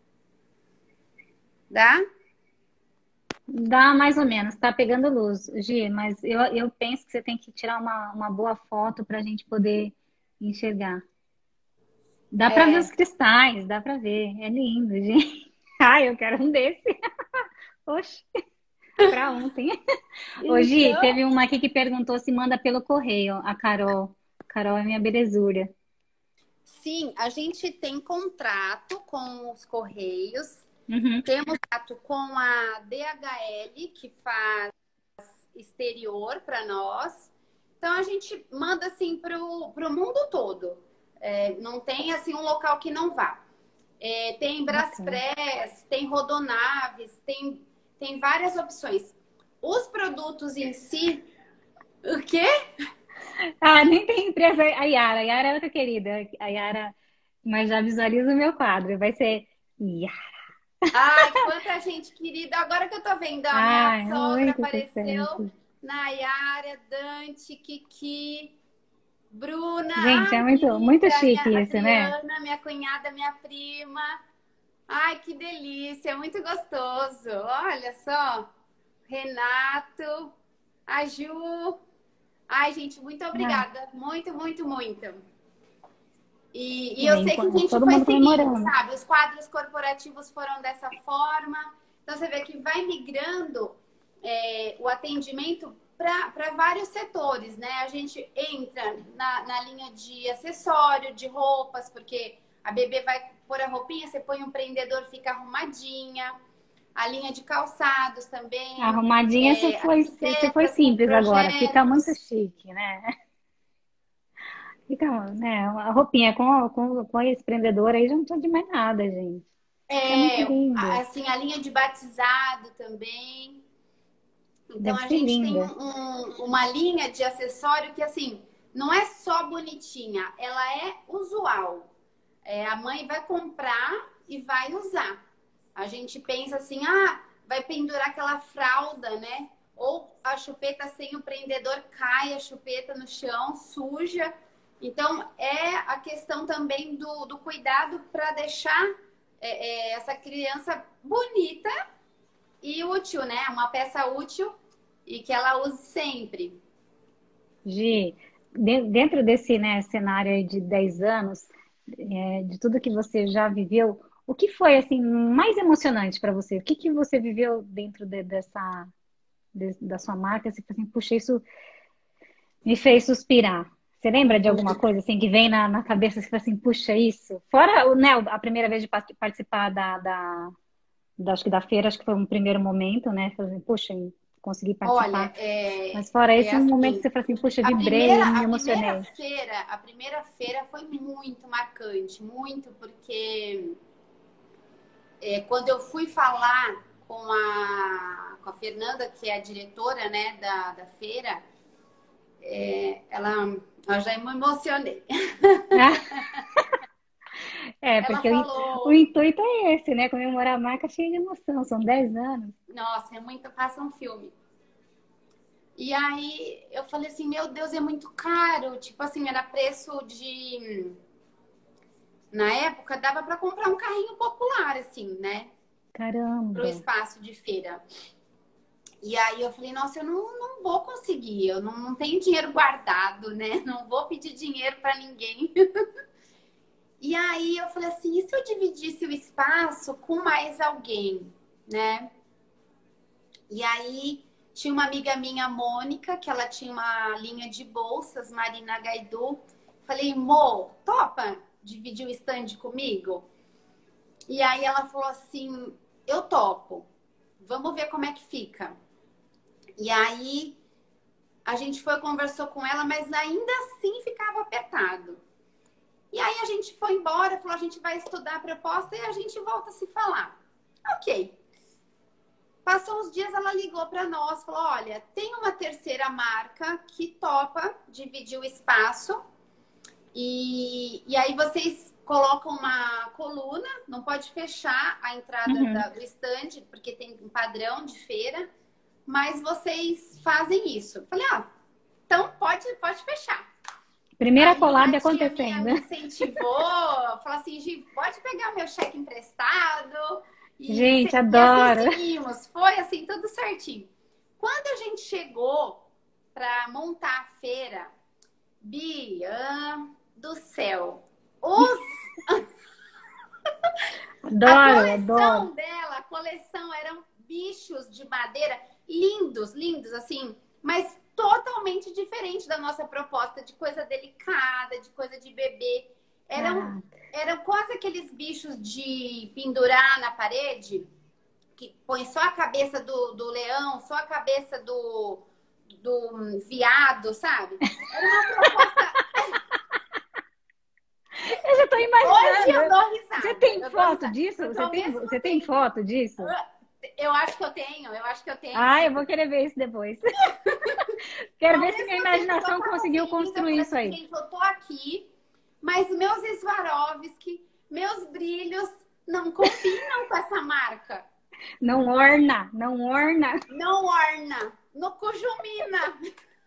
B: dá?
A: Dá mais ou menos, tá pegando luz, Gi, mas eu, eu penso que você tem que tirar uma, uma boa foto para a gente poder enxergar. Dá para ver os
B: É.
A: cristais, dá para ver. É lindo, gente. Ai, eu quero um desse. Oxe, para ontem. Ô, Gi,
B: Então,
A: teve uma aqui que perguntou se manda pelo correio, a Carol. Carol é minha belezura.
B: sim, a gente tem contrato com os Correios,
A: Uhum.
B: temos contrato com a D H L, que faz exterior para nós. Então, a gente manda assim para o mundo todo. É, não tem assim um local que não vá. É, tem
A: Bacana.
B: Braspress, tem Rodonaves, tem, tem várias opções. Os produtos em si, o quê?
A: Ah, nem tem empresa. A Yara, a Yara é outra querida. A Yara, mas já visualiza o meu quadro. Vai ser Yara.
B: Ai, quanta gente querida. Agora que eu tô vendo, a minha
A: Ai,
B: sogra
A: muito
B: apareceu,
A: sucesso.
B: Nayara, Dante, Kiki, Bruna.
A: Gente, é
B: Ai,
A: muito, muito
B: querida, minha
A: chique isso, né?
B: Adriana, minha cunhada, minha prima. Ai, que delícia, muito gostoso. Olha só, Renato, a Ju. Ai, gente, muito
A: Ah,
B: obrigada. Muito, muito, muito. E, e eu
A: bem,
B: sei que a gente
A: todo
B: foi
A: mundo
B: seguindo,
A: comemorando.
B: sabe? Os quadros corporativos foram dessa forma. Então, você vê que vai migrando é, o atendimento para vários setores, né? A gente entra na, na linha de acessório, de roupas, porque a bebê vai pôr a roupinha, você põe um prendedor, fica arrumadinha. A linha de calçados também.
A: Arrumadinha, você
B: É,
A: foi, você foi
B: arquitetas com
A: simples agora. Fica muito
B: projetos.
A: chique, né? Fica, né? A roupinha com, com, com esse prendedor aí já não precisa de mais nada, gente. Fica muito
B: É,
A: lindo.
B: assim, a linha de batizado também. Então,
A: Deve
B: a
A: ser
B: gente tem
A: linda.
B: um- um, uma linha de acessório que, assim, não é só bonitinha, ela é usual. É, a mãe vai comprar e vai usar. A gente pensa assim, ah, vai pendurar aquela fralda, né? Ou a chupeta sem o prendedor cai a chupeta no chão, suja. Então, é a questão também do, do cuidado para deixar é, é, essa criança bonita e útil, né? Uma peça útil e que ela use sempre.
A: Gi, de- dentro desse, né, cenário aí de dez anos, é, de tudo que você já viveu, o que foi assim mais emocionante para você? O que que você viveu dentro de- dessa de- da sua marca? Você fala assim, puxa, isso me fez suspirar. Você lembra de alguma coisa assim que vem na, na cabeça, você fala assim, puxa, isso? Fora, o, né, a primeira vez de pa- participar da, da, da, acho que da feira, acho que foi um primeiro momento, né? Falei assim, puxa, consegui
B: Olha,
A: participar.
B: é,
A: Mas fora
B: é
A: esse, um momento que
B: assim,
A: você fala assim, puxa,
B: a
A: vibrei,
B: primeira,
A: me
B: a primeira
A: emocionei.
B: feira, a primeira feira foi muito marcante, muito, porque é, quando eu fui falar com a, com a Fernanda, que é a diretora, né, da, da feira, é, ela, eu já me emocionei.
A: É,
B: Ela
A: porque o, o
B: falou,
A: intuito é esse, né? Comemorar a marca cheia de emoção. São dez anos.
B: nossa, é muito, passa um filme. E aí eu falei assim, meu Deus, é muito caro. Tipo assim, era preço de Na época, dava para comprar um carrinho popular, assim, né? Para o
A: Caramba.
B: espaço de feira. E aí eu falei, nossa, eu não, não vou conseguir, eu não, não tenho dinheiro guardado, né? Não vou pedir dinheiro para ninguém. E aí eu falei assim, e se eu dividisse o espaço com mais alguém, né? E aí tinha uma amiga minha, Mônica, que ela tinha uma linha de bolsas, Marina Gaidu. Falei, Mo, topa dividir o stand comigo? E aí ela falou assim, eu topo. Vamos ver como é que fica. E aí a gente foi, conversou com ela, mas ainda assim ficava apertado. E aí a gente foi embora, falou, a gente vai estudar a proposta e a gente volta a se falar. Ok. Passou uns dias, ela ligou para nós, falou, olha, tem uma terceira marca que topa dividir o espaço e, e aí vocês colocam uma coluna, não pode fechar a entrada
A: Uhum.
B: da, do stand, porque tem um padrão de feira, mas vocês fazem isso. Falei, ah, então pode, pode fechar.
A: Primeira
B: Aí
A: collab
B: uma tia minha
A: acontecendo.
B: me incentivou, falou assim, Gi, pode pegar meu cheque emprestado. E,
A: Gente,
B: e assim
A: adoro.
B: seguimos, foi assim, tudo certinho. Quando a gente chegou para montar a feira, Bia do céu, os, a
A: Adoro, adoro.
B: coleção dela, a coleção eram bichos de madeira lindos, lindos, assim, mas totalmente diferente da nossa proposta de coisa delicada, de coisa de bebê. Eram,
A: Caraca.
B: eram quase aqueles bichos de pendurar na parede, que põe só a cabeça do, do leão, só a cabeça do, do viado, sabe? Era uma proposta.
A: Eu já tô
B: Hoje eu
A: imaginando.
B: dou risada.
A: Você tem
B: eu dou
A: foto
B: risada.
A: disso?
B: Porque
A: Você
B: ao
A: tem,
B: mesmo
A: você tem
B: tempo.
A: foto disso?
B: Eu acho que eu tenho, eu acho que eu tenho,
A: Ah, eu
B: sim.
A: vou querer ver isso depois. Quero
B: Ao
A: ver se minha
B: mesmo tempo que eu
A: imaginação
B: tava
A: conseguiu
B: feliz, eu falei
A: construir isso
B: assim,
A: aí.
B: gente, eu tô aqui, mas meus Swarovski, meus brilhos não combinam com essa marca.
A: Não orna, não orna.
B: Não orna, no Cujumina.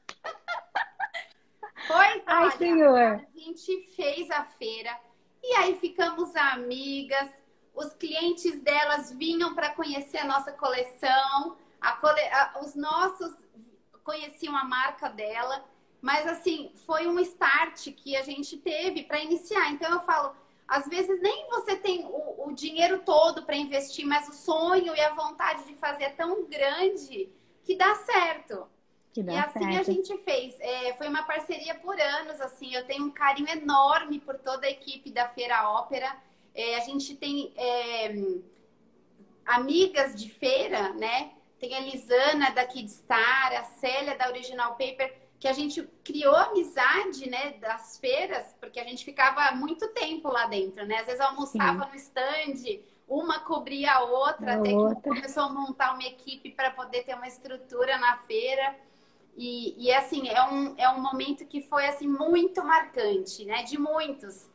B: Pois
A: Ai,
B: olha,
A: senhor.
B: a gente fez a feira e aí ficamos amigas. Os clientes delas vinham para conhecer a nossa coleção, a cole... a... os nossos conheciam a marca dela, mas assim, foi um start que a gente teve para iniciar. Então eu falo, às vezes nem você tem o, o dinheiro todo para investir, mas o sonho e a vontade de fazer é tão grande que dá certo.
A: Que
B: E
A: dá
B: assim a
A: certo.
B: gente fez. É, foi uma parceria por anos, assim. Eu tenho um carinho enorme por toda a equipe da Feira Ópera. É, a gente tem é, amigas de feira, né? Tem a Lisana da Kidstar, a Célia da Original Paper, que a gente criou amizade, né, das feiras, porque a gente ficava muito tempo lá dentro, né? Às vezes almoçava
A: Sim.
B: no stand, uma cobria a outra,
A: A
B: até que
A: outra.
B: começou a montar uma equipe para poder ter uma estrutura na feira. E, e assim, é um, é um momento que foi assim muito marcante, né? De muitos.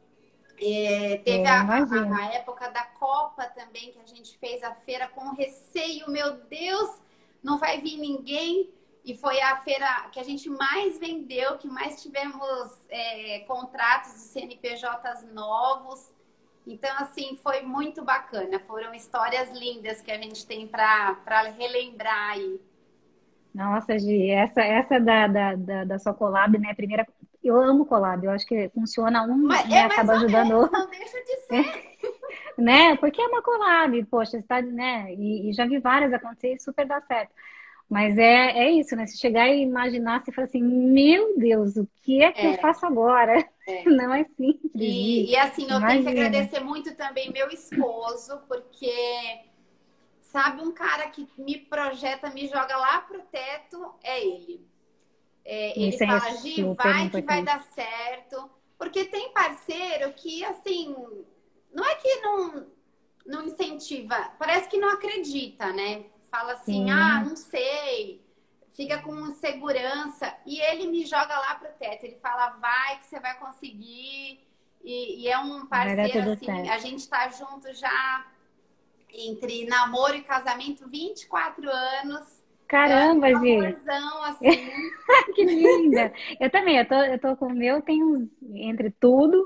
B: É, teve
A: Eu
B: a, a,
A: imagino.
B: a época da Copa também, que a gente fez a feira com receio, meu Deus, não vai vir ninguém. E foi a feira que a gente mais vendeu, que mais tivemos é, contratos de C N P Js novos. Então, assim, foi muito bacana. Foram histórias lindas que a gente tem para relembrar aí.
A: Nossa, Gi, essa, essa da, da, da, da sua collab, né? Primeira, eu amo collab, eu acho que funciona um,
B: Mas
A: né?
B: é mais
A: Acaba
B: ou
A: ajudando o
B: menos,
A: outro,
B: não deixa de ser.
A: né? Porque é uma collab, poxa, está, né? E, e já vi várias acontecer e super dá certo. Mas é, é isso, né? Se chegar e imaginar, você fala assim, meu Deus, o que é que eu
B: É,
A: faço agora?
B: é.
A: Não é simples, Gi.
B: E, e assim, eu tenho que
A: Imagina.
B: agradecer muito também meu esposo, porque sabe, um cara que me projeta, me joga lá pro teto, é ele. É, ele
A: Isso é
B: fala, Gi,
A: super
B: vai que vai
A: importante.
B: dar certo. Porque tem parceiro que, assim, não é que não, não incentiva, parece que não acredita, né? Fala assim, ah,
A: Sim,
B: não sei, fica com insegurança. E ele me joga lá pro teto. Ele fala, vai que você vai conseguir. E, e é um
A: vai dar
B: parceiro,
A: tudo
B: assim, a
A: certo.
B: gente tá junto já entre namoro e casamento vinte e quatro anos. É
A: Caramba,
B: um
A: Gi.
B: amorzão, assim.
A: Que linda! Eu também, eu tô, eu tô com o meu, tem uns, entre tudo,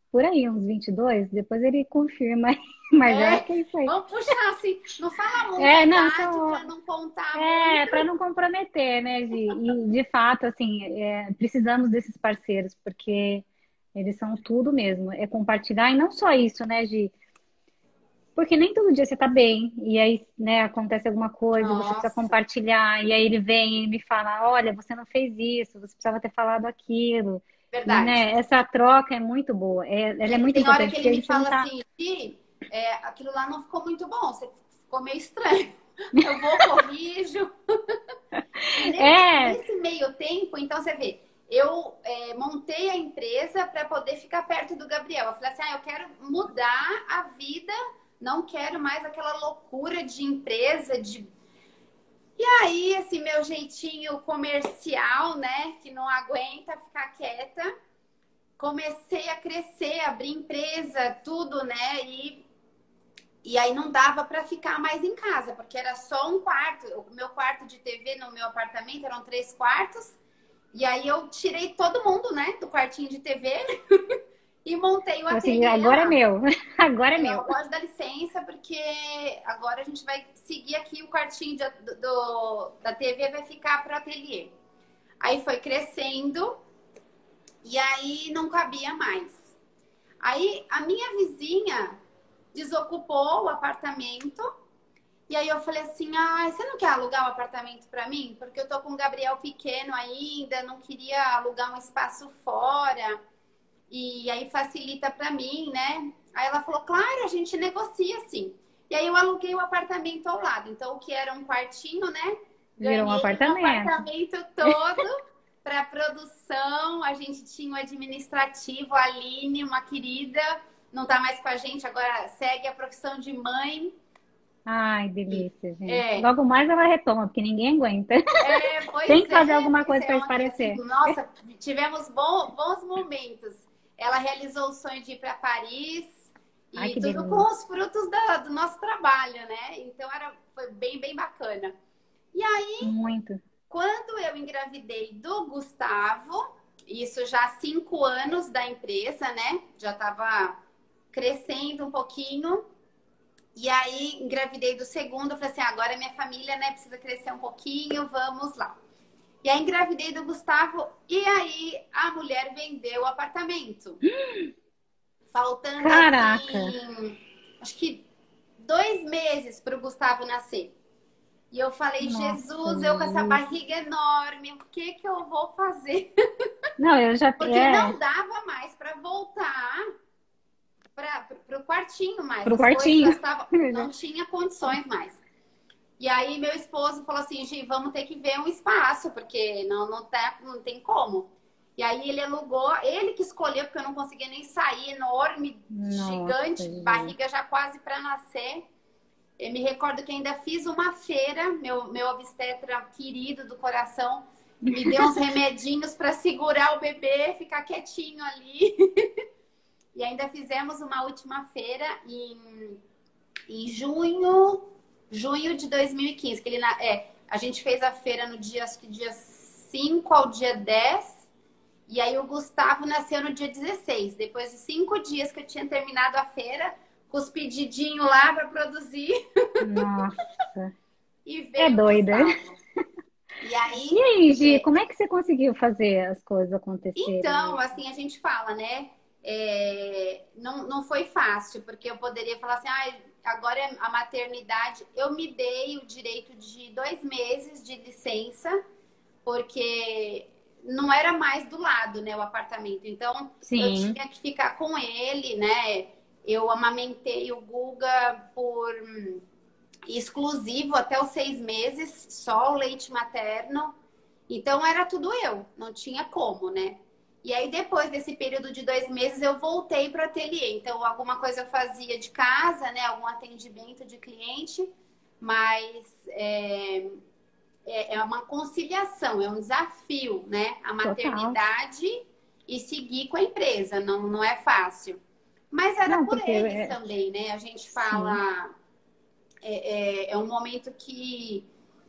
A: por aí, uns vinte e dois, depois ele confirma, mas eu
B: É,
A: acho que é isso aí.
B: vamos puxar assim, não fala muito a
A: É, não,
B: idade
A: só,
B: para não contar
A: é,
B: muito.
A: para não comprometer, né, Gi? E de fato, assim, é, precisamos desses parceiros, porque eles são tudo mesmo, é compartilhar, e não só isso, né, Gi? Porque nem todo dia você tá bem, e aí, né, acontece alguma coisa, e você precisa
B: Nossa,
A: compartilhar, e aí ele vem e me fala, olha, você não fez isso, você precisava ter falado aquilo. E,
B: verdade.
A: né, essa troca é muito boa, é, ela é
B: Tem,
A: muito
B: tem hora
A: importante,
B: que
A: porque
B: ele
A: a
B: me
A: gente não
B: fala
A: tá...
B: assim, Gi, é, aquilo lá não ficou muito bom, você ficou meio estranho. Eu vou, corrijo. E nesse,
A: É,
B: nesse meio tempo, então você vê, eu é, montei a empresa para poder ficar perto do Gabriel. Eu falei assim, ah, eu quero mudar a vida, não quero mais aquela loucura de empresa, de... E aí, esse meu jeitinho comercial, né, que não aguenta ficar quieta, comecei a crescer, abrir empresa, tudo, né, e E aí não dava para ficar mais em casa, porque era só um quarto. O meu quarto de T V no meu apartamento eram três quartos. E aí eu tirei todo mundo, né, do quartinho de T V e montei o
A: então, assim,
B: ateliê
A: agora é
B: lá.
A: meu, agora é
B: Eu
A: meu.
B: gosto da licença, porque agora a gente vai seguir aqui o quartinho de- do, do- da T V vai ficar para o ateliê. Aí foi crescendo e aí não cabia mais. Aí a minha vizinha desocupou o apartamento. E aí eu falei assim, ah, você não quer alugar um apartamento para mim? Porque eu tô com o Gabriel pequeno ainda, não queria alugar um espaço fora. E aí facilita para mim, né? Aí ela falou, claro, a gente negocia sim. E aí eu aluguei o apartamento ao lado. Então, o que era um quartinho, né?
A: Virou um
B: Ganhei um
A: apartamento.
B: apartamento todo para produção. A gente tinha um administrativo, a Aline, uma querida, não tá mais com a gente, agora segue a profissão de mãe.
A: Ai, delícia, gente.
B: É,
A: Logo mais ela retoma, porque ninguém aguenta.
B: É,
A: Tem
B: pois
A: que fazer
B: é,
A: alguma
B: pois
A: coisa
B: é,
A: para
B: ontem, assim,
A: esparecer.
B: nossa, tivemos bom- bons momentos. Ela realizou o sonho de ir para Paris
A: Ai,
B: e
A: que
B: tudo com
A: delícia.
B: os frutos da- do nosso trabalho, né? Então era, foi bem, bem bacana. E aí,
A: Muito.
B: quando eu engravidei do Gustavo, isso já há cinco anos da empresa, né? Já estava crescendo um pouquinho. E aí, engravidei do segundo, eu falei assim, agora minha família, né, precisa crescer um pouquinho, vamos lá. E aí engravidei do Gustavo e aí a mulher vendeu o apartamento. Faltando
A: Caraca.
B: assim, acho que dois meses para o Gustavo nascer. E eu falei,
A: Nossa,
B: Jesus, eu com essa
A: Gi.
B: barriga enorme, o que que eu vou fazer?
A: Não, eu já.
B: Porque não
A: É,
B: dava mais para voltar para o quartinho mais.
A: pro
B: As coisas já
A: quartinho.
B: estavam, não tinha condições mais. E aí meu esposo falou assim, Gi, vamos ter que ver um espaço, porque não, não, tá, não tem como. E aí ele alugou, ele que escolheu, porque eu não conseguia nem sair, enorme,
A: Nossa,
B: gigante,
A: Gi.
B: barriga já quase para nascer. Eu me recordo que ainda fiz uma feira, meu, meu obstetra querido do coração me deu uns remedinhos para segurar o bebê, ficar quietinho ali. E ainda fizemos uma última feira em, em junho, junho de dois mil e quinze, que ele na- é, a gente fez a feira no dia, acho que dia cinco ao dia dez, e aí o Gustavo nasceu no dia dezesseis. Depois de cinco dias que eu tinha terminado a feira, com os pedidinhos lá para produzir,
A: Nossa.
B: e
A: É
B: veio o
A: doida.
B: Gustavo. E
A: E
B: aí,
A: aí, Gi,
B: é,
A: como é que você conseguiu fazer as coisas
B: então,
A: acontecerem?
B: assim, a gente fala, né? É, não, não foi fácil, porque eu poderia falar assim, ah, agora é a maternidade. Eu me dei o direito de dois meses de licença, porque não era mais do lado, né, o apartamento. Então, eu
A: Sim,
B: tinha que ficar com ele, né? Eu amamentei o Guga por hum, exclusivo até os seis meses, só o leite materno. Então era tudo eu, não tinha como, né? E aí depois desse período de dois meses eu voltei para o ateliê. Então alguma coisa eu fazia de casa, né? Algum atendimento de cliente, mas é, é, é uma conciliação, é um desafio, né? A
A: total.
B: maternidade e seguir com a empresa, não, não é fácil. Mas era
A: Não,
B: por
A: porque
B: eles
A: é,
B: também, né? A gente
A: sim,
B: fala, é, é, é um momento que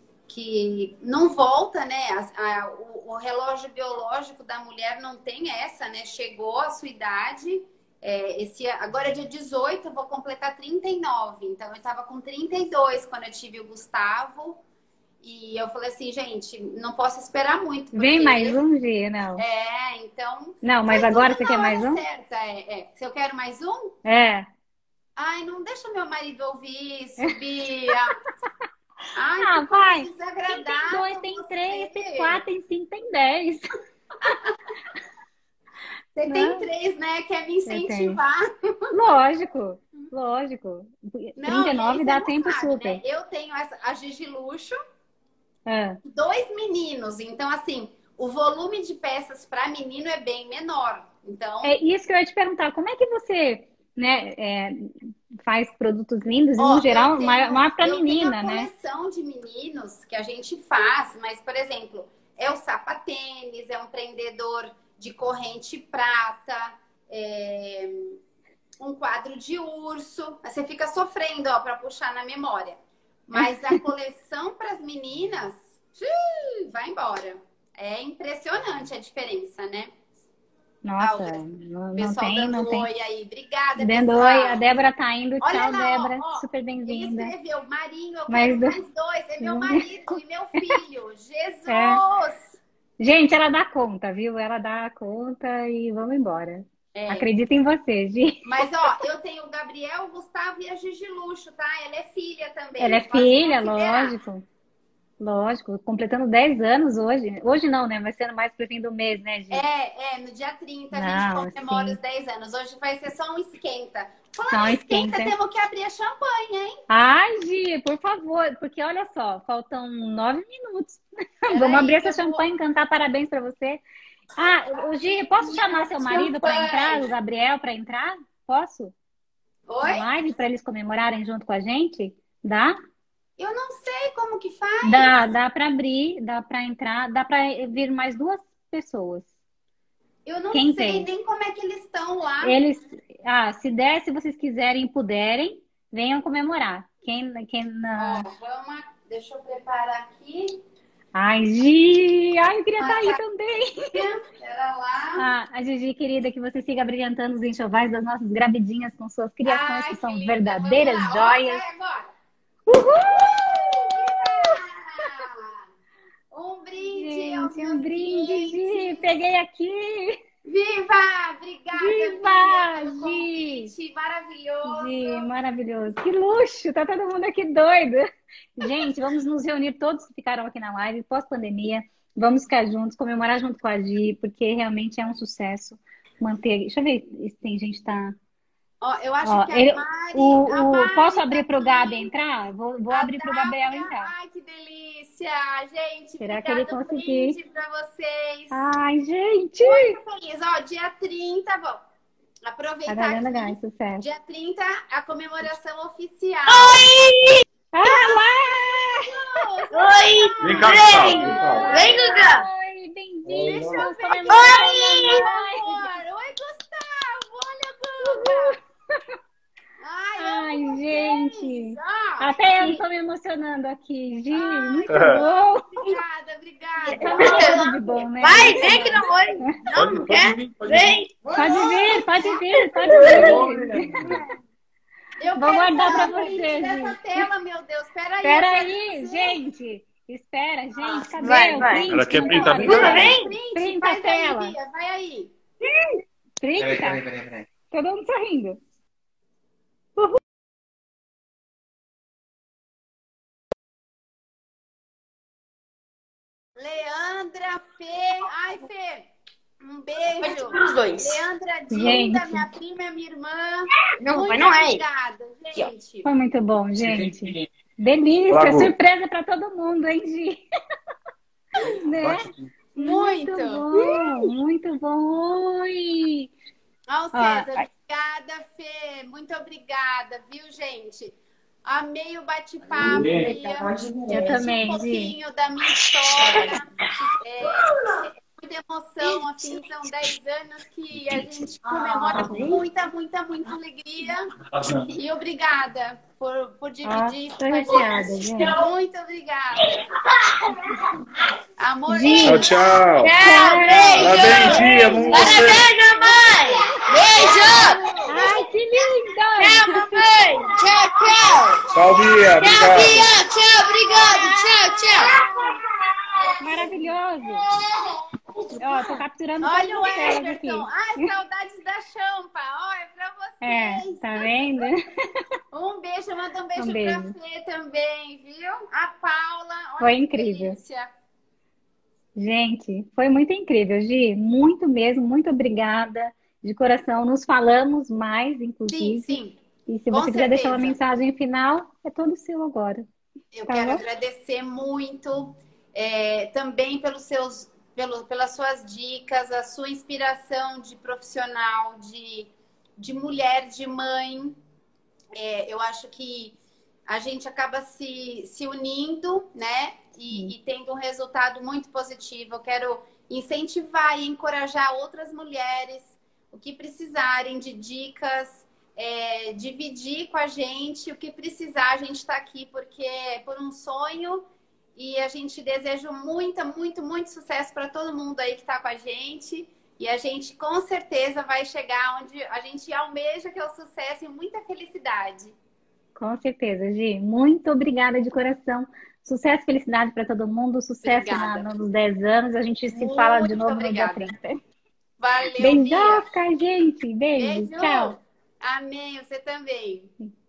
B: que não volta, né? A, a, o, o relógio biológico da mulher não tem essa, né? Chegou a sua idade, É, esse, agora, dia dezoito, eu vou completar trinta e nove. Então, eu estava com trinta e dois quando eu tive o Gustavo. E eu falei assim, gente, não posso esperar muito.
A: Vem mais um dia, não.
B: É, então...
A: Não, mas agora você quer mais um?
B: Certa, é, é. Se eu quero mais um?
A: É.
B: Ai, não deixa meu marido ouvir isso, Bia. Ai,
A: ah, vai.
B: Desagradável.
A: Tem dois, tem três, tem quatro, tem cinco, tem dez.
B: Você não? Tem três, né? Quer me incentivar.
A: Lógico, lógico. Não, trinta e nove dá tempo sabe, super.
B: Né? Eu tenho essa, a Gigi Luxo,
A: é.
B: dois meninos. Então, assim, o volume de peças para menino é bem menor. Então...
A: É isso que eu ia te perguntar. Como é que você né, é, faz produtos lindos, oh, no geral, mais para menina, né?
B: Tem uma coleção de meninos que a gente faz, mas, por exemplo, é o sapatênis, é um prendedor de corrente prata, é um quadro de urso. Você fica sofrendo, ó, para puxar na memória. Mas a coleção para as meninas, vai embora. É impressionante a diferença, né?
A: Nossa, ah, não, não tem, não tem.
B: Oi aí, obrigada,
A: dando
B: pessoal.
A: Oi, a Débora tá indo.
B: Olha
A: tchau,
B: lá,
A: Débora.
B: Ó, ó,
A: super bem-vinda.
B: Ele escreveu, Marinho, eu
A: Mas
B: quero mais dois. É meu marido e meu filho. Jesus!
A: É. Gente, ela dá conta, viu? Ela dá conta e vamos embora. É. Acredita em você, Gi.
B: Mas, ó, eu tenho o Gabriel, o Gustavo e a Gigi Luxo, tá? Ela é filha também.
A: Ela é filha, lógico. Lógico, completando dez anos hoje. Hoje não, né? Vai sendo mais pro fim do mês, né, Gi?
B: É, é, no dia trinta a não, gente comemora sim. os dez anos. Hoje vai ser só um esquenta. Falando em esquenta, temos que abrir a champanhe, hein?
A: Ai, Gi, por favor, porque olha só, faltam nove minutos. Vamos aí, abrir essa champanhe e cantar parabéns pra você. Ah, Gi, posso chamar seu marido para entrar, o Gabriel, para entrar? Posso?
B: Oi?
A: Na live, para eles comemorarem junto com a gente? Dá?
B: Eu não sei como que faz.
A: Dá, dá para abrir, dá para entrar, dá para vir mais duas pessoas.
B: Eu não
A: Quem
B: sei
A: tem?
B: nem como é que eles estão lá.
A: Eles, ah, se der, se vocês quiserem e puderem, venham comemorar. Quem, quem na...
B: Ó, vamos, deixa eu preparar aqui.
A: Ai, Gi! Ai, eu queria estar aí também.
B: Pera lá.
A: Ah, a Gigi, querida, que você siga brilhantando os enxovais das nossas gravidinhas com suas criações, Ai, que são que verdadeiras joias.
B: Uhul! Um brinde!
A: Gente, um brinde, Gi! Peguei aqui!
B: Viva! Obrigada!
A: Viva, Gi!
B: Maravilhoso!
A: Gi, maravilhoso! Que luxo! Tá todo mundo aqui doido! Gente, vamos nos reunir todos que ficaram aqui na live pós-pandemia. Vamos ficar juntos, comemorar junto com a Gi, porque realmente é um sucesso manter. Deixa eu ver se tem gente que tá.
B: Ó, eu acho
A: Ó,
B: que a
A: ele,
B: Mari,
A: o,
B: a
A: o,
B: Mari
A: posso abrir
B: tá
A: para o Gabi entrar? Vou, vou abrir para o Gabriel entrar.
B: Ai, que delícia! Gente,
A: será que ele conseguiu?
B: Para vocês.
A: Ai, gente!
B: Muito feliz. Ó, dia trinta, bom. Aproveitar
A: tá
B: aqui.
A: Gás, sucesso.
B: Dia trinta, a comemoração oficial.
C: Oi!
A: Ah, lá!
C: Oi!
D: Vem cá,
C: vem!
D: Gustavo.
C: Vem, Guga!
A: Oi, bem-vindo!
B: Deixa eu ver.
C: Oi!
B: Oi, Oi, Gustavo! Olha, Guga! Ai,
A: Ai gente!
B: Ah,
A: até eu tô me emocionando aqui, Gi, Ai, muito bom!
B: Obrigada, obrigada!
A: Tá de bom, né?
C: Vai, vem que não vai! Não, não quer? Vem!
A: Pode vir, pode vir, pode vir!
B: Eu
A: vou guardar pra você,
B: Gi. Tela, meu Deus, peraí.
A: Peraí, gente! Espera, gente, cadê
C: vai,
A: o
C: vai.
A: print?
D: Ela quer printar bem?
C: Vem!
A: Printa a tela!
B: Aí, Bia, vai aí!
A: Printa!
D: Peraí, peraí, peraí, peraí.
A: Todo mundo sorrindo.
B: Leandra, Fê. Ai, Fê. Um beijo.
C: Os dois.
B: Leandra, Dinda,
A: Gente.
B: minha prima e minha irmã.
C: Não,
B: muito
C: mas não é.
B: Obrigada, gente.
A: Foi muito bom, gente. Delícia,
D: Bravo.
A: surpresa pra todo mundo, hein, Gi? Né?
B: Muito.
A: Muito bom, muito bom. Oi.
B: Ó, o César,
A: Ah,
B: obrigada, Fê. Muito obrigada, viu, gente? Amei o bate-papo.
C: Eita,
B: Bia.
C: pode ver.
A: Eu também,
B: um
A: Gi.
B: pouquinho da minha história. É, é muita emoção, assim, são dez anos que a gente comemora com muita, muita, muita alegria. E obrigada por, por dividir isso
A: tô
B: com a
A: arrepiada,
B: gente.
A: gente.
B: Muito obrigada. Amor,
A: Gi.
D: Tchau, tchau.
C: Tchau, beijo!
D: Parabéns, Gi, amo você.
C: Parabéns, mamãe! Beijo!
A: Ai, que linda!
C: Tchau, mamãe! Tchau, tchau!
D: Tchau, Bia.
C: Tchau,
D: Obrigado.
C: Bia! Tchau, obrigado! Tchau, tchau!
A: Maravilhoso! Ó, tô capturando
B: Olha o
A: todas as telas aqui.
B: Everton. Ai, saudades da champa. Ó, é pra
A: É,
B: vocês.
A: tá vendo?
B: Um beijo, manda um beijo,
A: Um beijo.
B: pra Fê também, viu? A Paula. Olha
A: Foi
B: que
A: incrível.
B: delícia.
A: Gente, foi muito incrível, Gi. Muito mesmo, muito obrigada. De coração, nos falamos mais,
B: Sim,
A: inclusive.
B: sim.
A: E se
B: Com
A: você quiser deixar uma
B: certeza.
A: mensagem final, é todo seu agora.
B: Eu
A: Tá
B: quero
A: bom?
B: agradecer muito é, também pelos seus, pelo, pelas suas dicas, a sua inspiração de profissional, de, de mulher, de mãe. É, eu acho que a gente acaba se, se unindo, né? E, e tendo um resultado muito positivo. Eu quero incentivar e encorajar outras mulheres, o que precisarem de dicas, é, dividir com a gente, o que precisar, a gente está aqui porque é por um sonho e a gente deseja muito, muito, muito sucesso para todo mundo aí que está com a gente e a gente com certeza vai chegar onde a gente almeja, que é o sucesso e muita felicidade.
A: Com certeza, Gi. Muito obrigada de coração. Sucesso e felicidade para todo mundo. Sucesso na,
B: Obrigada.
A: nos dez anos. A gente se fala de
B: Muito
A: novo no dia
B: obrigada.
A: trinta.
B: Valeu, Bia.
A: Beijocas, gente. Beijo.
B: Beijo.
A: Tchau.
B: Amém. Você também.